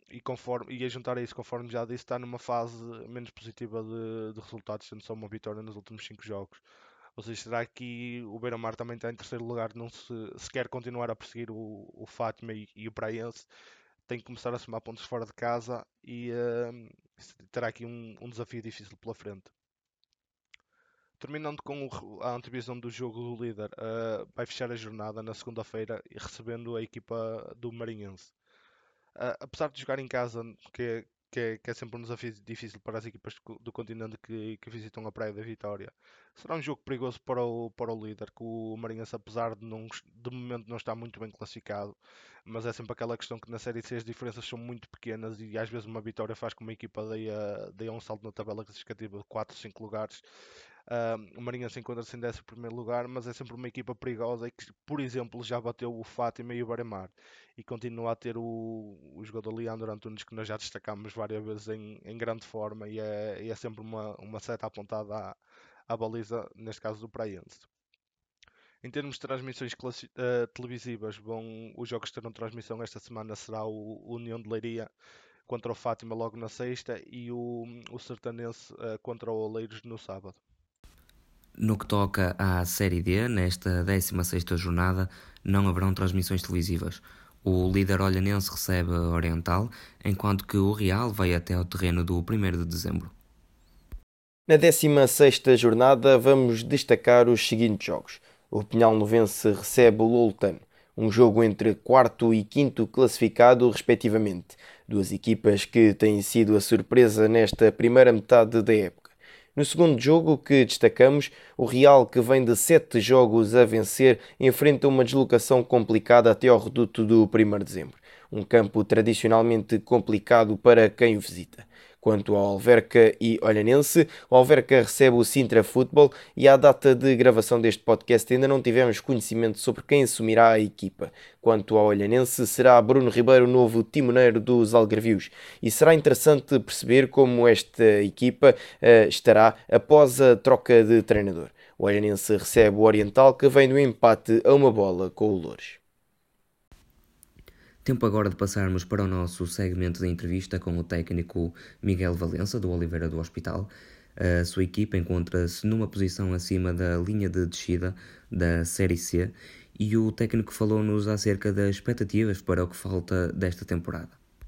e, conforme, e a juntar a isso, conforme já disse, está numa fase menos positiva de, de resultados, tendo só uma vitória nos últimos cinco jogos. Ou seja, será que o Beira-Mar também está em terceiro lugar, não se, se quer continuar a perseguir o, o Fátima e, e o Praense, tem que começar a somar pontos fora de casa e uh, terá aqui um, um desafio difícil pela frente. Terminando com o, a antevisão do jogo do líder, uh, vai fechar a jornada na segunda-feira recebendo a equipa do Marinhense. Uh, apesar de jogar em casa, que é, que, é, que é sempre um desafio difícil para as equipas do, do continente que, que visitam a Praia da Vitória, será um jogo perigoso para o, para o líder, que o Marinhense, apesar de, não, de momento não estar muito bem classificado, mas é sempre aquela questão que na Série C as diferenças são muito pequenas e às vezes uma vitória faz com que uma equipa dê, dê um salto na tabela classificativa de quatro, cinco lugares. Uh, o Marinhense encontra-se em décimo primeiro lugar, mas é sempre uma equipa perigosa e que, por exemplo, já bateu o Fátima e o Beira-Mar e continua a ter o, o jogador Leandro Antunes, que nós já destacamos várias vezes em, em grande forma, e é, e é sempre uma, uma seta apontada à, à baliza, neste caso do Praense. Em termos de transmissões uh, televisivas, vão, os jogos que terão transmissão esta semana será o, o União de Leiria contra o Fátima logo na sexta e o, o Sertanense uh, contra o Oleiros no sábado. No que toca à Série D, nesta décima sexta jornada, não haverão transmissões televisivas. O líder olhanense recebe a Oriental, enquanto que o Real vai até ao terreno do primeiro de dezembro. Na décima sexta jornada vamos destacar os seguintes jogos. O Pinhal Novense recebe o Loltano, um jogo entre quarto e quinto classificado respectivamente. Duas equipas que têm sido a surpresa nesta primeira metade da época. No segundo jogo que destacamos, o Real, que vem de sete jogos a vencer, enfrenta uma deslocação complicada até ao reduto do primeiro de dezembro. Um campo tradicionalmente complicado para quem o visita. Quanto ao Alverca e Olhanense, o Alverca recebe o Sintra Futebol e à data de gravação deste podcast ainda não tivemos conhecimento sobre quem assumirá a equipa. Quanto ao Olhanense, será Bruno Ribeiro o novo timoneiro dos Algarvios e será interessante perceber como esta equipa uh, estará após a troca de treinador. O Olhanense recebe o Oriental, que vem do empate a uma bola com o Loures. Tempo agora de passarmos para o nosso segmento de entrevista com o técnico Miguel Valença, do Oliveira do Hospital. A sua equipa encontra-se numa posição acima da linha de descida da Série C e o técnico falou-nos acerca das expectativas para o que falta desta temporada.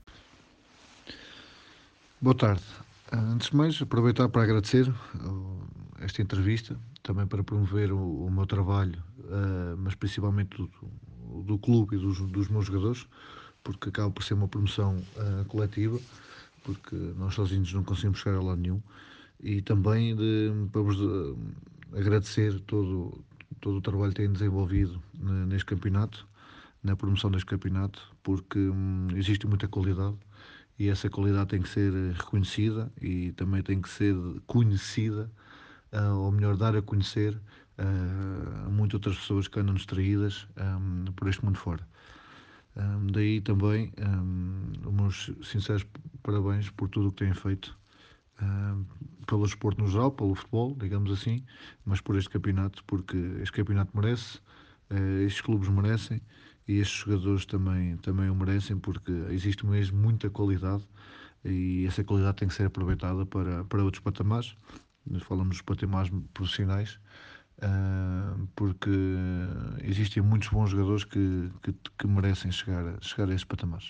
Boa tarde. Antes de mais, aproveitar para agradecer esta entrevista, também para promover o, o meu trabalho, mas principalmente do, do clube e dos, dos meus jogadores, porque acaba por ser uma promoção uh, coletiva, porque nós sozinhos não conseguimos chegar a lado nenhum, e também de, para vos uh, agradecer todo, todo o trabalho que têm desenvolvido neste campeonato, na promoção deste campeonato, porque um, existe muita qualidade e essa qualidade tem que ser reconhecida e também tem que ser conhecida, uh, ou melhor, dar a conhecer uh, a muitas outras pessoas que andam distraídas um, por este mundo fora. Um, daí também um, os meus sinceros parabéns por tudo o que têm feito, um, pelo desporto no geral, pelo futebol, digamos assim, mas por este campeonato, porque este campeonato merece, uh, estes clubes merecem e estes jogadores também, também o merecem, porque existe mesmo muita qualidade e essa qualidade tem que ser aproveitada para, para outros patamares. Nós falamos dos patamares profissionais, Uh, porque existem muitos bons jogadores que, que, que merecem chegar a, chegar a esses patamares.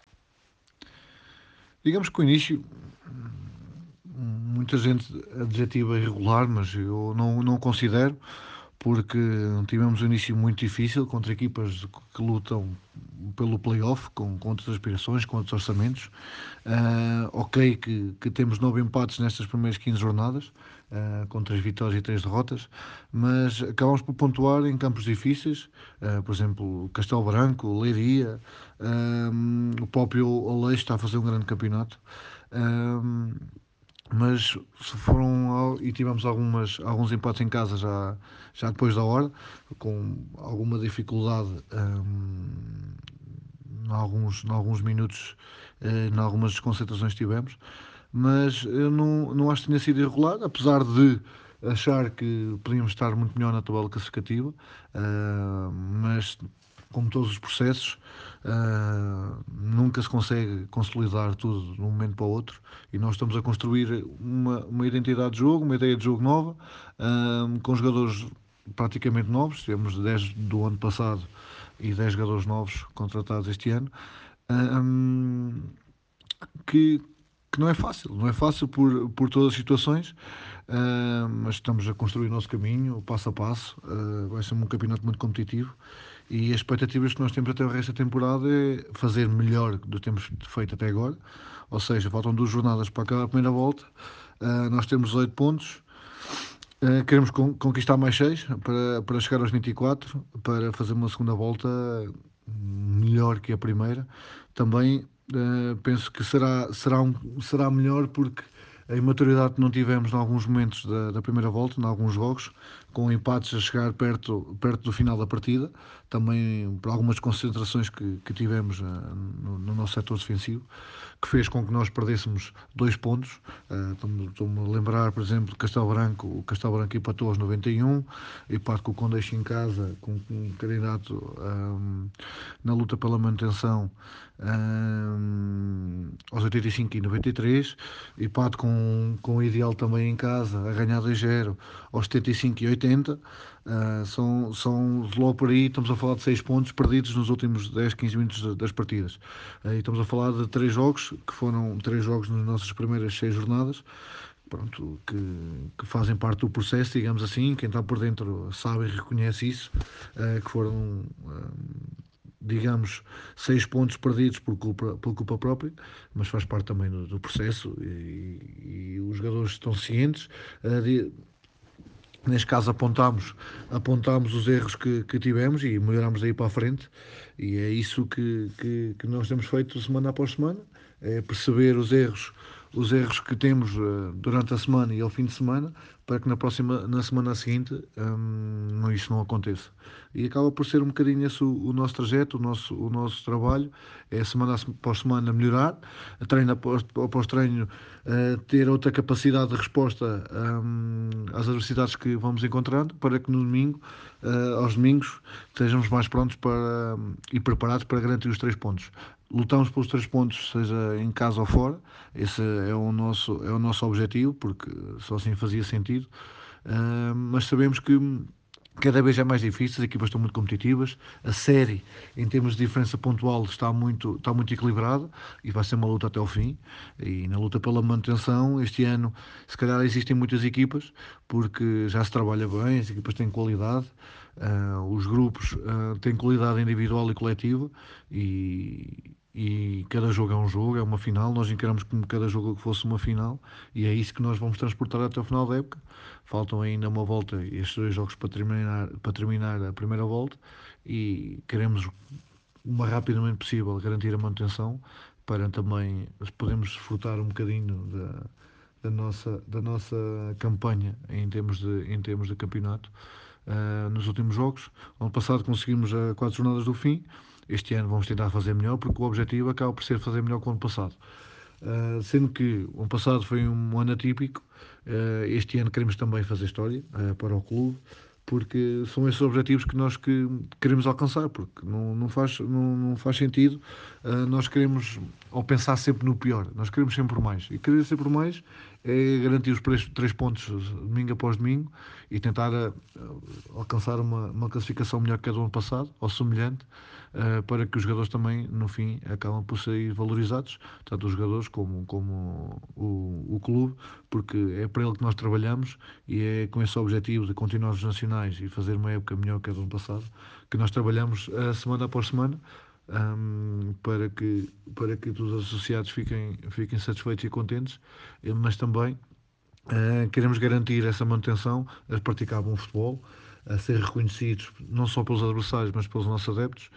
Digamos que o início, muita gente adjetiva irregular, mas eu não, não considero, porque tivemos um início muito difícil contra equipas que lutam pelo play-off, com, com outras aspirações, com outros orçamentos. Uh, ok que, que temos nove empates nestas primeiras quinze jornadas, uh, com três vitórias e três derrotas, mas acabamos por pontuar em campos difíceis, uh, por exemplo, Castelo Branco, Leiria, uh, o próprio Aleixo está a fazer um grande campeonato. Uh, mas se foram e tivemos algumas, alguns empates em casa já, já depois da hora, com alguma dificuldade um, em, alguns, em alguns minutos, eh, em algumas desconcentrações que tivemos, mas eu não, não acho que tenha sido irregular, apesar de achar que podíamos estar muito melhor na tabela classificativa, uh, mas como todos os processos, uh, nunca se consegue consolidar tudo de um momento para o outro, e nós estamos a construir uma, uma identidade de jogo, uma ideia de jogo nova, uh, com jogadores praticamente novos. Temos dez do ano passado e dez jogadores novos contratados este ano, uh, que, que não é fácil, não é fácil por, por todas as situações, uh, mas estamos a construir o nosso caminho, passo a passo. Uh, vai ser um campeonato muito competitivo, e as expectativas que nós temos até o resto da temporada é fazer melhor do que temos feito até agora. Ou seja, faltam duas jornadas para acabar a primeira volta, uh, nós temos oito pontos, uh, queremos con- conquistar mais seis para, para chegar aos vinte e quatro, para fazer uma segunda volta melhor que a primeira. Também uh, penso que será, será, um, será melhor, porque a imaturidade que não tivemos em alguns momentos da, da primeira volta, em alguns jogos, com empates a chegar perto, perto do final da partida, também por algumas concentrações que, que tivemos uh, no, no nosso setor defensivo, que fez com que nós perdêssemos dois pontos. Uh, Estou-me a lembrar, por exemplo, de Castelo Branco. O Castelo Branco empatou aos noventa e um, empate com o Condeixe em casa, com um candidato um, na luta pela manutenção, um, aos oitenta e cinco e noventa e três, empate com, com o Ideal também em casa, a ganhar dois zero aos setenta e cinco e oitenta. Uh, são, são logo por aí, estamos a falar de seis pontos perdidos nos últimos dez, quinze minutos das partidas. Uh, e estamos a falar de três jogos, que foram três jogos nas nossas primeiras seis jornadas, pronto, que, que fazem parte do processo, digamos assim. Quem está por dentro sabe e reconhece isso, uh, que foram, uh, digamos, seis pontos perdidos por culpa, por culpa própria, mas faz parte também do, do processo, e, e os jogadores estão cientes. Uh, de, Neste caso apontámos, apontámos os erros que, que tivemos e melhorámos daí para a frente, e é isso que, que, que nós temos feito semana após semana, é perceber os erros, os erros que temos uh, durante a semana e ao fim de semana, para que na próxima, na semana seguinte, um, isso não aconteça. E acaba por ser um bocadinho esse o, o nosso trajeto, o nosso, o nosso trabalho, é semana após semana melhorar, treino após, após treino, uh, ter outra capacidade de resposta um, às adversidades que vamos encontrando, para que no domingo, uh, aos domingos, estejamos mais prontos para, um, e preparados para garantir os três pontos. Lutamos pelos três pontos, seja em casa ou fora. Esse é o nosso, é o nosso objetivo, porque só assim fazia sentido. Uh, mas sabemos que cada vez é mais difícil, as equipas estão muito competitivas, a série, em termos de diferença pontual, está muito, está muito equilibrada, e vai ser uma luta até ao fim. E na luta pela manutenção, este ano, se calhar existem muitas equipas, porque já se trabalha bem, as equipas têm qualidade, uh, os grupos uh, têm qualidade individual e coletiva, e, e cada jogo é um jogo, é uma final. Nós encaramos como cada jogo que fosse uma final, e é isso que nós vamos transportar até o final da época. Faltam ainda uma volta, estes dois jogos para terminar, para terminar a primeira volta, e queremos o mais rapidamente possível garantir a manutenção, para também podermos desfrutar um bocadinho da, da, nossa, da nossa campanha em termos de, em termos de campeonato. Uh, nos últimos jogos, ano passado conseguimos a quatro jornadas do fim. Este ano vamos tentar fazer melhor, porque o objetivo acaba por ser fazer melhor que o ano passado. Uh, sendo que o ano passado foi um ano atípico, uh, este ano queremos também fazer história uh, para o clube, porque são esses objetivos que nós que queremos alcançar, porque não, não, faz, não, não faz sentido uh, nós queremos, ou pensar sempre no pior. Nós queremos sempre mais, e querer sempre mais é garantir os três, três pontos domingo após domingo, e tentar uh, alcançar uma, uma classificação melhor que a do ano passado, ou semelhante, uh, para que os jogadores também, no fim, acabam por sair valorizados, tanto os jogadores como, como o, o clube, porque é para ele que nós trabalhamos, e é com esse objetivo de continuar nos nacionais e fazer uma época melhor que a do ano passado, que nós trabalhamos uh, semana após semana, um, para, que, para que todos os associados fiquem, fiquem satisfeitos e contentes, mas também Uh, queremos garantir essa manutenção, a praticar bom futebol, a ser reconhecidos não só pelos adversários, mas pelos nossos adeptos,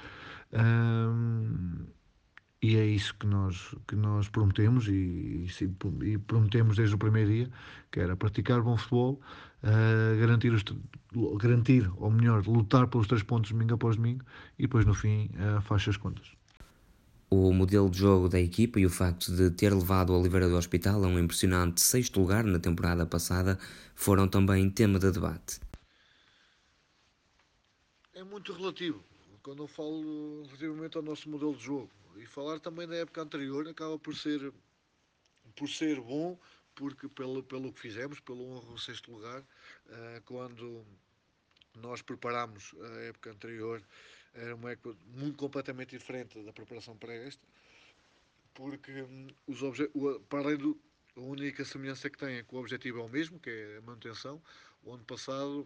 uh, e é isso que nós, que nós prometemos, e, e, e prometemos desde o primeiro dia, que era praticar bom futebol, uh, garantir, os, garantir, ou melhor, lutar pelos três pontos domingo após domingo, e depois no fim uh, faz as contas. O modelo de jogo da equipa e o facto de ter levado o Oliveira do Hospital a um impressionante sexto lugar na temporada passada foram também tema de debate. É muito relativo. quando eu falo relativamente ao nosso modelo de jogo e falar também da época anterior, acaba por ser, por ser bom, porque pelo, pelo que fizemos, pelo honro sexto lugar, uh, quando nós preparámos a época anterior, era uma época muito completamente diferente da preparação para esta, porque hum, os obje para além do, a única semelhança que tem é que o objetivo é o mesmo, que é a manutenção. O ano passado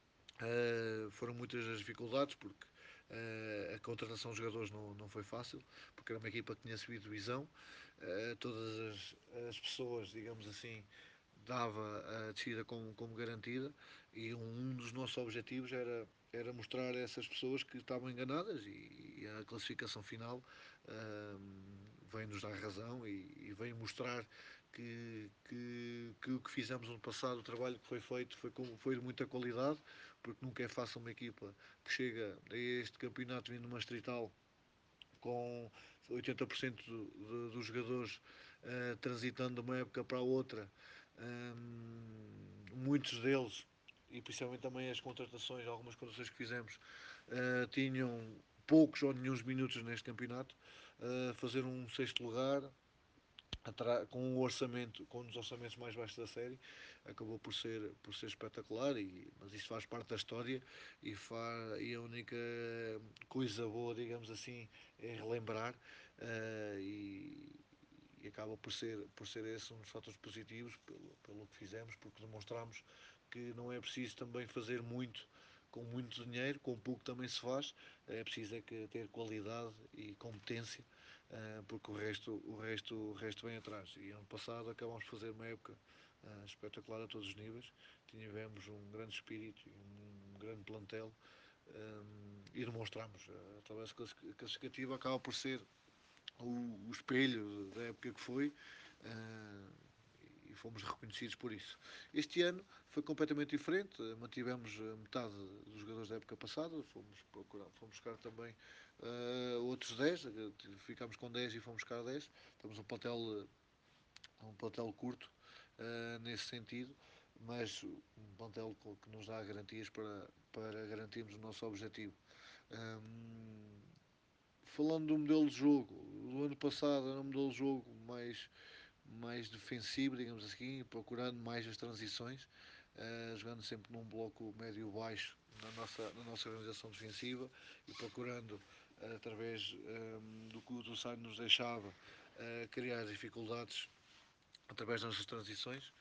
uh, foram muitas as dificuldades, porque uh, a contratação de jogadores não, não foi fácil, porque era uma equipa que tinha subido divisão. Uh, todas as, as pessoas, digamos assim, dava a descida como, como garantida, e um dos nossos objetivos era, era mostrar a essas pessoas que estavam enganadas, e, e a classificação final uh, vem-nos dar razão e, e vem mostrar que, que, que o que fizemos no passado, o trabalho que foi feito foi, com, foi de muita qualidade, porque nunca é fácil uma equipa que chega a este campeonato vindo uma Distrital com oitenta por cento do, dos jogadores uh, transitando de uma época para a outra, um, muitos deles, e principalmente também as contratações, algumas contratações que fizemos, uh, tinham poucos ou nenhum minutos neste campeonato. Uh, fazer um sexto lugar com um orçamento, com um dos orçamentos mais baixos da série, acabou por ser, por ser espetacular, e, mas isso faz parte da história, e, faz, e a única coisa boa, digamos assim, é relembrar, uh, e, e acaba por ser, por ser esse um dos fatores positivos pelo, pelo que fizemos, porque demonstramos que não é preciso também fazer muito com muito dinheiro, com pouco também se faz, é preciso é que ter qualidade e competência, uh, porque o resto, o, resto, o resto vem atrás. E ano passado acabamos de fazer uma época uh, espetacular a todos os níveis, tivemos um grande espírito e um, um grande plantel, um, e demonstramos, uh, através da classificativa, acaba por ser o, o espelho da época que foi, uh, e fomos reconhecidos por isso. Este ano foi completamente diferente, mantivemos metade dos jogadores da época passada, fomos, procurar, fomos buscar também uh, outros dez, ficámos com dez e fomos buscar dez, temos um plantel, um plantel curto uh, nesse sentido, mas um plantel que nos dá garantias para, para garantirmos o nosso objetivo. Um, falando do modelo de jogo, do ano passado era um modelo de jogo mais mais defensivo, digamos assim, procurando mais as transições, uh, jogando sempre num bloco médio-baixo na nossa, na nossa organização defensiva, e procurando, uh, através um, do que o adversário nos deixava, uh, criar dificuldades através das nossas transições.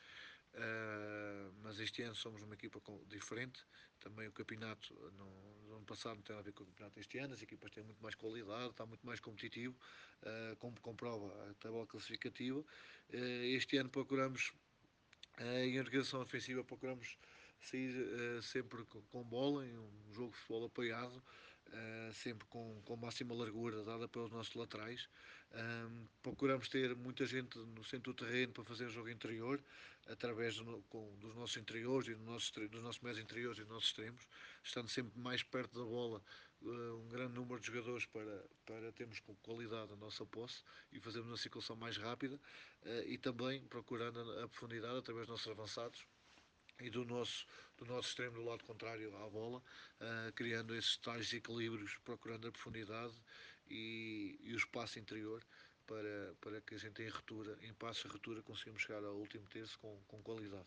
Uh, mas este ano somos uma equipa com, diferente. Também o campeonato no, no ano passado não tem a ver com o campeonato este ano, as equipas têm muito mais qualidade, está muito mais competitivo, uh, como comprova a tabela classificativa. Uh, este ano procuramos, uh, em organização ofensiva, procuramos sair uh, sempre com, com bola, em um jogo de futebol apoiado, uh, sempre com, com máxima largura dada pelos nossos laterais. Um, procuramos ter muita gente no centro do terreno para fazer o jogo interior, através do, com, dos nossos interiores e do nosso, dos nossos médios interiores e dos nossos extremos, estando sempre mais perto da bola, uh, um grande número de jogadores para, para termos com qualidade a nossa posse e fazermos uma circulação mais rápida, uh, e também procurando a, a profundidade através dos nossos avançados e do nosso, do nosso extremo do lado contrário à bola, uh, criando esses tais equilíbrios, procurando a profundidade e, e o espaço interior, para, para que a gente em retura, em passo a retura, consigamos chegar ao último terço com, com qualidade.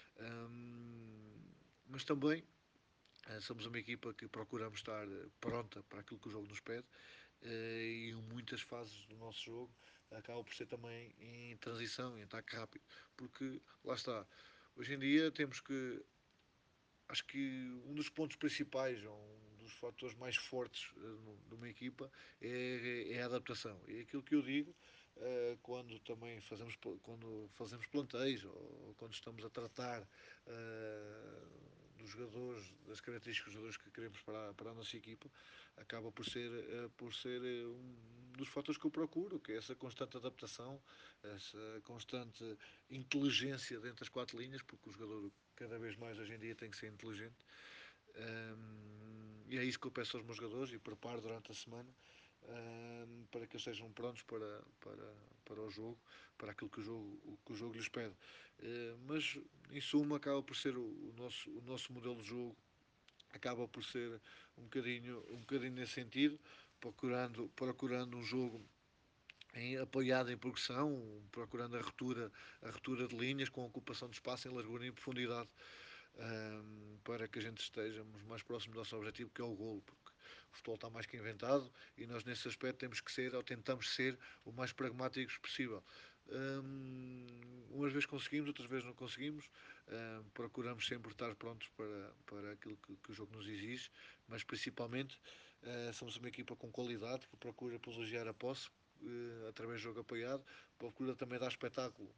Um, mas também uh, somos uma equipa que procuramos estar pronta para aquilo que o jogo nos pede, uh, e em muitas fases do nosso jogo acaba por ser também em transição, em ataque rápido, porque lá está. Hoje em dia temos que, acho que um dos pontos principais, ou um dos fatores mais fortes uh, de uma equipa é, é a adaptação. E é aquilo que eu digo uh, quando também fazemos, quando fazemos plantéis, ou quando estamos a tratar uh, dos jogadores, das características dos jogadores que queremos para, para a nossa equipa, acaba por ser, uh, por ser um dos fatores que eu procuro, que é essa constante adaptação, essa constante inteligência dentro das quatro linhas, porque o jogador cada vez mais hoje em dia tem que ser inteligente. Um, e é isso que eu peço aos meus jogadores e preparo durante a semana, um, para que eles estejam prontos para, para, para o jogo, para aquilo que o jogo, o, que o jogo lhes pede. Uh, mas, em suma, acaba por ser o, o, nosso, o nosso modelo de jogo acaba por ser um bocadinho, um bocadinho nesse sentido, procurando, procurando um jogo em, apoiado em progressão, procurando a ruptura, a ruptura de linhas com a ocupação de espaço em largura e em profundidade, um, para que a gente estejamos mais próximos do nosso objetivo, que é o golo, porque o futebol está mais que inventado e nós nesse aspecto temos que ser, ou tentamos ser, o mais pragmáticos possível. Um, umas vezes conseguimos, outras vezes não conseguimos. Um, procuramos sempre estar prontos para, para aquilo que, que o jogo nos exige, mas principalmente uh, somos uma equipa com qualidade que procura privilegiar a posse uh, através do jogo apoiado, procura também dar espetáculo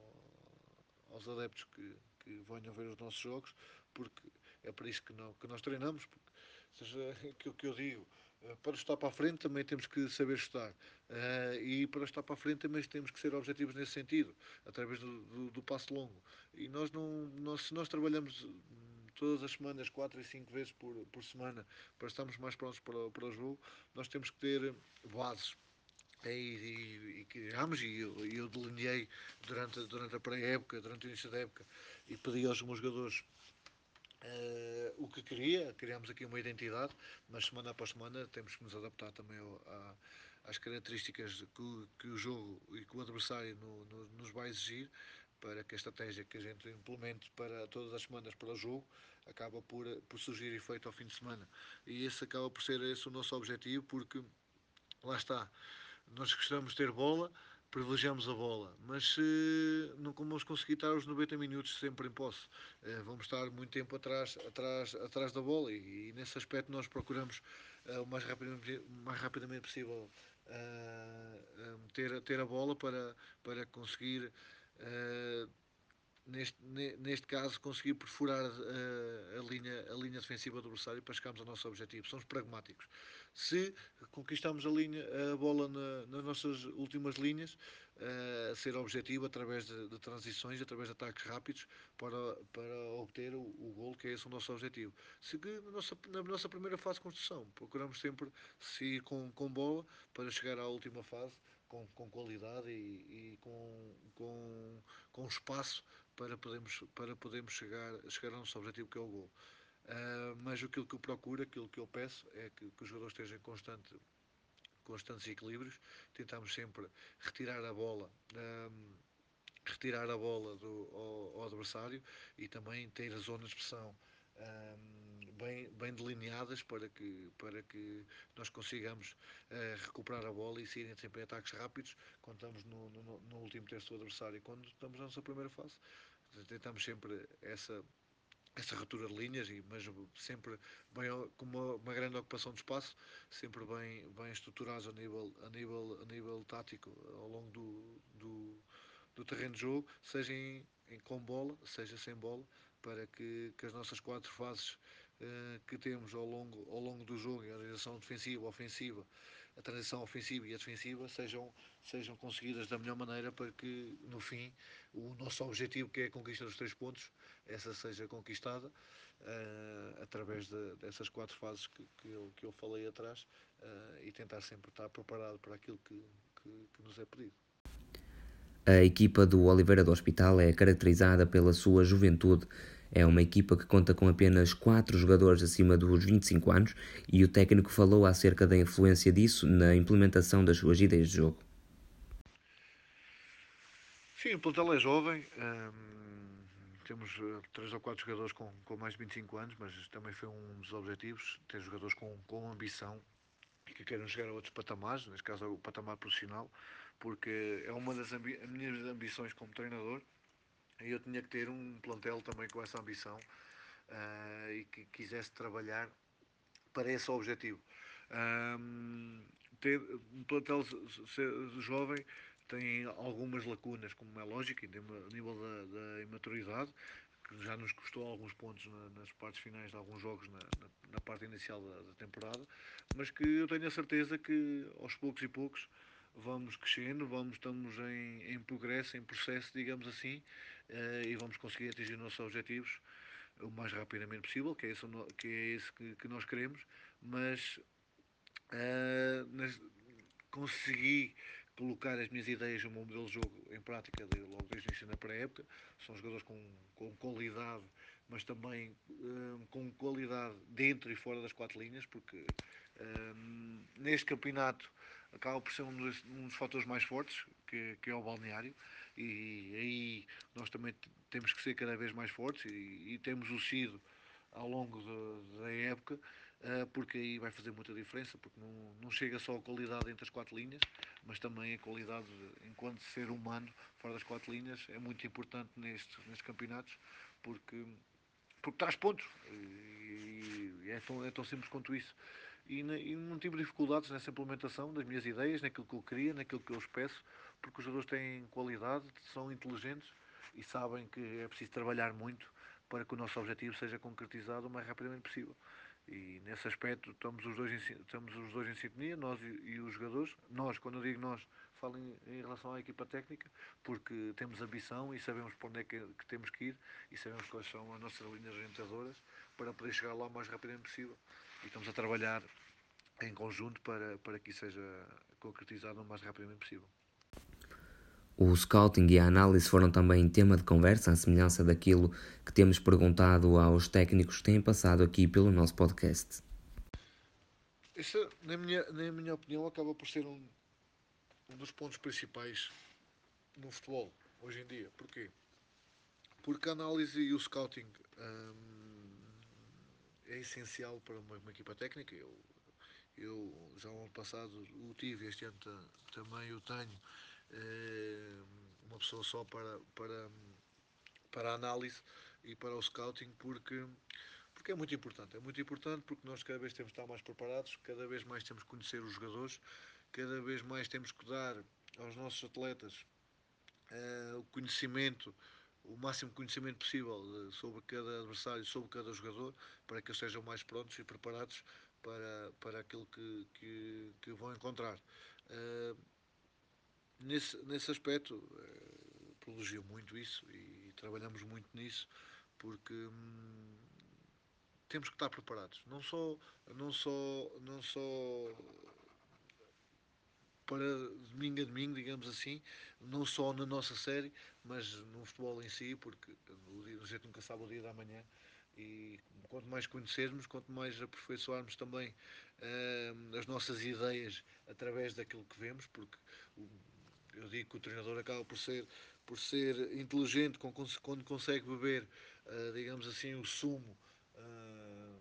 ao, aos adeptos que, que venham ver os nossos jogos, porque é para isso que, não, que nós treinamos. Porque, seja aquilo que eu digo, para estar para a frente também temos que saber estar. Uh, e para estar para a frente também temos que ser objetivos nesse sentido, através do, do, do passo longo. E nós não, nós, se nós trabalhamos todas as semanas, quatro e cinco vezes por, por semana, para estarmos mais prontos para, para o jogo, nós temos que ter bases. E, e, e criámos, e eu, eu delineei durante, durante a pré-época, durante o início da época, e pedi aos meus jogadores uh, o que queria. Criámos aqui uma identidade, mas semana após semana temos que nos adaptar também ao, a, às características que, que o jogo e que o adversário no, no, nos vai exigir, para que a estratégia que a gente implemente para todas as semanas para o jogo acaba por, por surgir efeito ao fim de semana. E esse acaba por ser esse o nosso objetivo, porque lá está, nós gostamos de ter bola, privilegiamos a bola, mas se não vamos conseguir estar os noventa minutos sempre em posse, eh, vamos estar muito tempo atrás, atrás, atrás da bola, e, e nesse aspecto nós procuramos uh, o mais rapidamente, mais rapidamente possível uh, uh, ter, ter a bola para, para conseguir uh, Neste, neste caso, conseguir perfurar uh, a, linha, a linha defensiva do adversário para chegarmos ao nosso objetivo. Somos pragmáticos. Se conquistamos a, linha, a bola na, nas nossas últimas linhas, uh, ser objetivo através de, de transições, através de ataques rápidos, para, para obter o, o golo, que é esse o nosso objetivo. Se na nossa, na nossa primeira fase de construção, procuramos sempre seguir com, com bola para chegar à última fase com, com qualidade e, e com, com, com espaço para podermos, para podermos chegar, chegar ao nosso objetivo, que é o gol. Uh, mas aquilo que eu procuro, aquilo que eu peço, é que, que os jogadores estejam em constante, constantes equilíbrios. Tentamos sempre retirar a bola, um, retirar a bola do, ao, ao adversário, e também ter as zonas de pressão um, bem, bem delineadas, para que, para que nós consigamos uh, recuperar a bola e saírem sempre em ataques rápidos quando estamos no, no, no último terço do adversário. Quando estamos na nossa primeira fase, tentamos sempre essa, essa ruptura de linhas, e, mas sempre bem, com uma, uma grande ocupação de espaço, sempre bem, bem estruturados a nível, a, nível, a nível tático ao longo do, do, do terreno de jogo, seja em, em, com bola, seja sem bola, para que, que as nossas quatro fases uh, que temos ao longo, ao longo do jogo, a organização defensiva, ofensiva, a transição ofensiva e a defensiva, sejam, sejam conseguidas da melhor maneira, para que no fim o nosso objetivo, que é a conquista dos três pontos, essa seja conquistada uh, através de, dessas quatro fases que, que, eu, que eu falei atrás, uh, e tentar sempre estar preparado para aquilo que, que, que nos é pedido. A equipa do Oliveira do Hospital é caracterizada pela sua juventude. É uma equipa que conta com apenas quatro jogadores acima dos vinte e cinco anos, e o técnico falou acerca da influência disso na implementação das suas ideias de jogo. Sim, o plantel é jovem. Hum, temos três ou quatro jogadores com, com mais de vinte e cinco anos, mas também foi um dos objetivos, ter jogadores com, com ambição e que queiram chegar a outros patamares, neste caso o patamar profissional, porque é uma das ambi minhas ambições como treinador, e eu tinha que ter um plantel também com essa ambição, uh, e que quisesse trabalhar para esse objetivo. Um, ter um plantel jovem tem algumas lacunas, como é lógico, a nível da, da imaturidade, que já nos custou alguns pontos na, nas partes finais de alguns jogos, na, na, na parte inicial da, da temporada, mas que eu tenho a certeza que aos poucos e poucos vamos crescendo, vamos, estamos em, em progresso, em processo, digamos assim, uh, e vamos conseguir atingir os nossos objetivos o mais rapidamente possível, que é esse que, é esse que, que nós queremos, mas uh, nas, consegui colocar as minhas ideias no meu modelo de jogo em prática de, logo desde o início na pré-época. São jogadores com, com qualidade, mas também um, com qualidade dentro e fora das quatro linhas, porque um, neste campeonato acaba por ser um dos, um dos fatores mais fortes, que, que é o balneário, e aí nós também temos que ser cada vez mais fortes, e, e temos o sido ao longo de, da época, uh, porque aí vai fazer muita diferença, porque não, não chega só a qualidade entre as quatro linhas, mas também a qualidade de, enquanto ser humano fora das quatro linhas é muito importante nestes, nestes campeonatos, porque, porque traz pontos, e, e é, tão, é tão simples quanto isso. E, e não tive dificuldades nessa implementação das minhas ideias, naquilo que eu queria, naquilo que eu os peço, porque os jogadores têm qualidade, são inteligentes e sabem que é preciso trabalhar muito para que o nosso objetivo seja concretizado o mais rapidamente possível. E nesse aspecto estamos os dois em, estamos os dois em sintonia, nós e, e os jogadores. Nós, quando eu digo nós, falo em, em relação à equipa técnica, porque temos ambição e sabemos para onde é que, que temos que ir e sabemos quais são as nossas linhas orientadoras para poder chegar lá o mais rapidamente possível. E estamos a trabalhar em conjunto para, para que isso seja concretizado o mais rapidamente possível. O scouting e a análise foram também tema de conversa, à semelhança daquilo que temos perguntado aos técnicos que têm passado aqui pelo nosso podcast. Isso, na minha, na minha opinião, acaba por ser um, um dos pontos principais no futebol, hoje em dia. Porquê? Porque a análise e o scouting hum, é essencial para uma, uma equipa técnica. Eu, eu já no ano passado o tive, este ano também o tenho. É, uma pessoa só para, para, para a análise e para o scouting, porque, porque é muito importante. É muito importante porque nós cada vez temos que estar mais preparados, cada vez mais temos que conhecer os jogadores, cada vez mais temos que dar aos nossos atletas uh, o conhecimento, o máximo conhecimento possível uh, sobre cada adversário, sobre cada jogador, para que eles sejam mais prontos e preparados para, para aquilo que, que, que vão encontrar. Uh, nesse, nesse aspecto, uh, privilegio muito isso e trabalhamos muito nisso, porque hum, temos que estar preparados, não só, não só, não só para domingo a domingo, digamos assim, não só na nossa série, mas no futebol em si, porque a gente nunca sabe o dia da manhã, e quanto mais conhecermos, quanto mais aperfeiçoarmos também uh, as nossas ideias através daquilo que vemos, porque eu digo que o treinador acaba por ser, por ser inteligente quando consegue beber, uh, digamos assim, o sumo uh,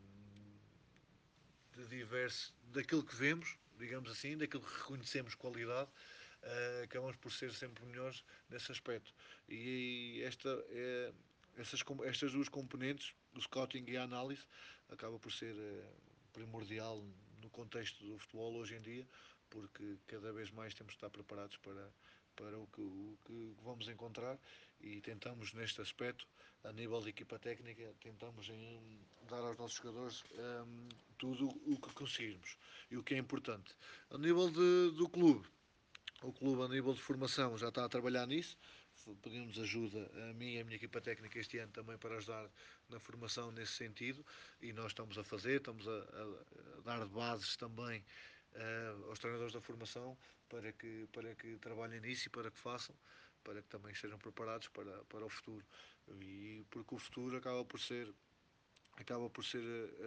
de diverso, daquilo que vemos, digamos assim, daquilo que reconhecemos qualidade, uh, acabamos por ser sempre melhores nesse aspecto. E esta, é, essas, estas duas componentes, o scouting e a análise, acaba por ser uh, primordial no contexto do futebol hoje em dia, porque cada vez mais temos de estar preparados para, para o, que, o que vamos encontrar, e tentamos neste aspecto, a nível de equipa técnica, tentamos em, dar aos nossos jogadores um, tudo o que conseguirmos e o que é importante. A nível de, do clube, o clube a nível de formação já está a trabalhar nisso, pedimos ajuda a mim e a minha equipa técnica este ano também para ajudar na formação nesse sentido, e nós estamos a fazer, estamos a, a, a dar bases também uh, aos treinadores da formação para que, para que trabalhem nisso e para que façam, para que também estejam preparados para, para o futuro, e porque o futuro acaba por ser acaba por ser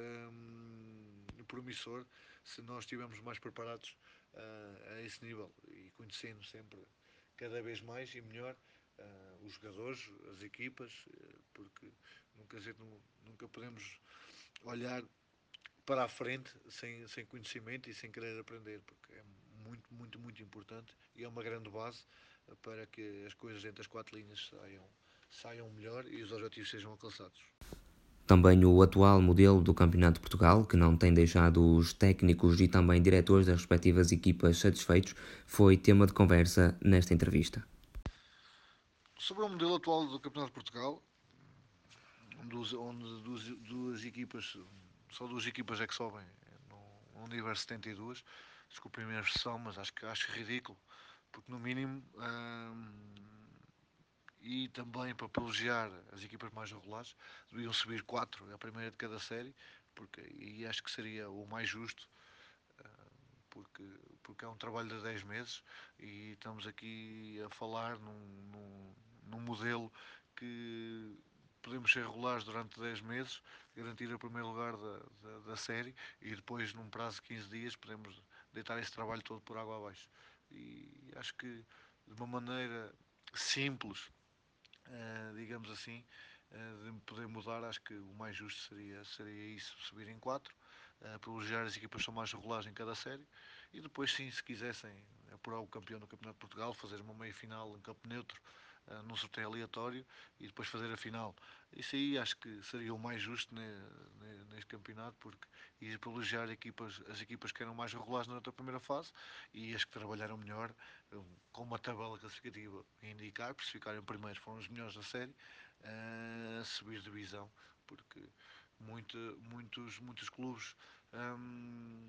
um, promissor se nós estivermos mais preparados uh, a esse nível e conhecendo sempre cada vez mais e melhor uh, os jogadores, as equipas, uh, porque nunca, nunca podemos olhar para a frente sem, sem conhecimento e sem querer aprender, porque é muito, muito, muito importante e é uma grande base para que as coisas entre as quatro linhas saiam, saiam melhor e os objetivos sejam alcançados. Também o atual modelo do Campeonato de Portugal, que não tem deixado os técnicos e também diretores das respectivas equipas satisfeitos, foi tema de conversa nesta entrevista. Sobre o modelo atual do Campeonato de Portugal, onde, onde duas, duas equipas, só duas equipas é que sobem no universo setenta e dois, desculpem a minha versão, mas acho que acho ridículo, porque no mínimo hum, e também para privilegiar as equipas mais regulares, deviam subir quatro, a primeira de cada série, porque, e acho que seria o mais justo, porque, porque é um trabalho de dez meses e estamos aqui a falar num, num, num modelo que podemos ser regulares durante dez meses, garantir o primeiro lugar da, da, da série e depois, num prazo de quinze dias, podemos deitar esse trabalho todo por água abaixo. E acho que de uma maneira simples, uh, digamos assim, uh, de poder mudar, acho que o mais justo seria, seria isso, subir em quatro, uh, privilegiar as equipas que são mais regulares em cada série e depois sim, se quisessem apurar o campeão do Campeonato de Portugal, fazer uma meia-final em campo neutro, uh, num sorteio aleatório e depois fazer a final. Isso aí acho que seria o mais justo ne, ne, neste campeonato, porque ia privilegiar equipas, as equipas que eram mais regulares na outra primeira fase e as que trabalharam melhor, com uma tabela classificativa a indicar, por se ficarem primeiros foram os melhores da série, a subir divisão, porque muito, muitos, muitos clubes hum,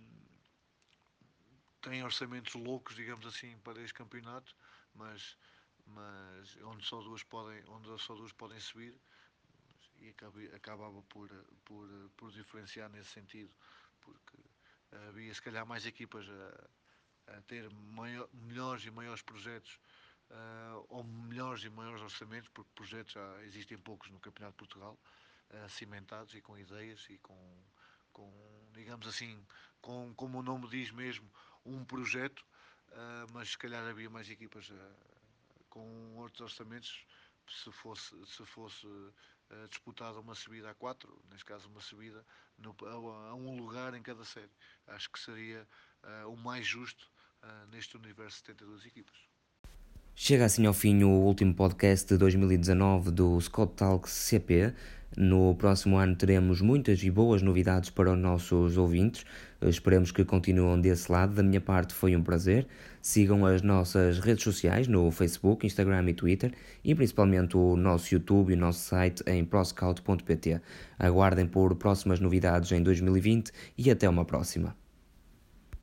têm orçamentos loucos, digamos assim, para este campeonato, mas, mas onde só duas podem, onde só duas podem subir, e acabava por, por, por diferenciar nesse sentido, porque havia se calhar mais equipas a, a ter maior, melhores e maiores projetos, uh, ou melhores e maiores orçamentos, porque projetos já existem poucos no Campeonato de Portugal, uh, cimentados e com ideias e com, com digamos assim, com, como o nome diz mesmo, um projeto, uh, mas se calhar havia mais equipas uh, com outros orçamentos, se fosse, se fosse uh, disputada uma subida a quatro, neste caso uma subida no, a, a um lugar em cada série. Acho que seria uh, o mais justo uh, neste universo de setenta e duas equipas. Chega assim ao fim o último podcast de dois mil e dezanove do Scott Talks C P. No próximo ano teremos muitas e boas novidades para os nossos ouvintes. Esperemos que continuem desse lado. Da minha parte foi um prazer. Sigam as nossas redes sociais no Facebook, Instagram e Twitter e principalmente o nosso YouTube e o nosso site em proscout ponto pt. Aguardem por próximas novidades em dois mil e vinte e até uma próxima.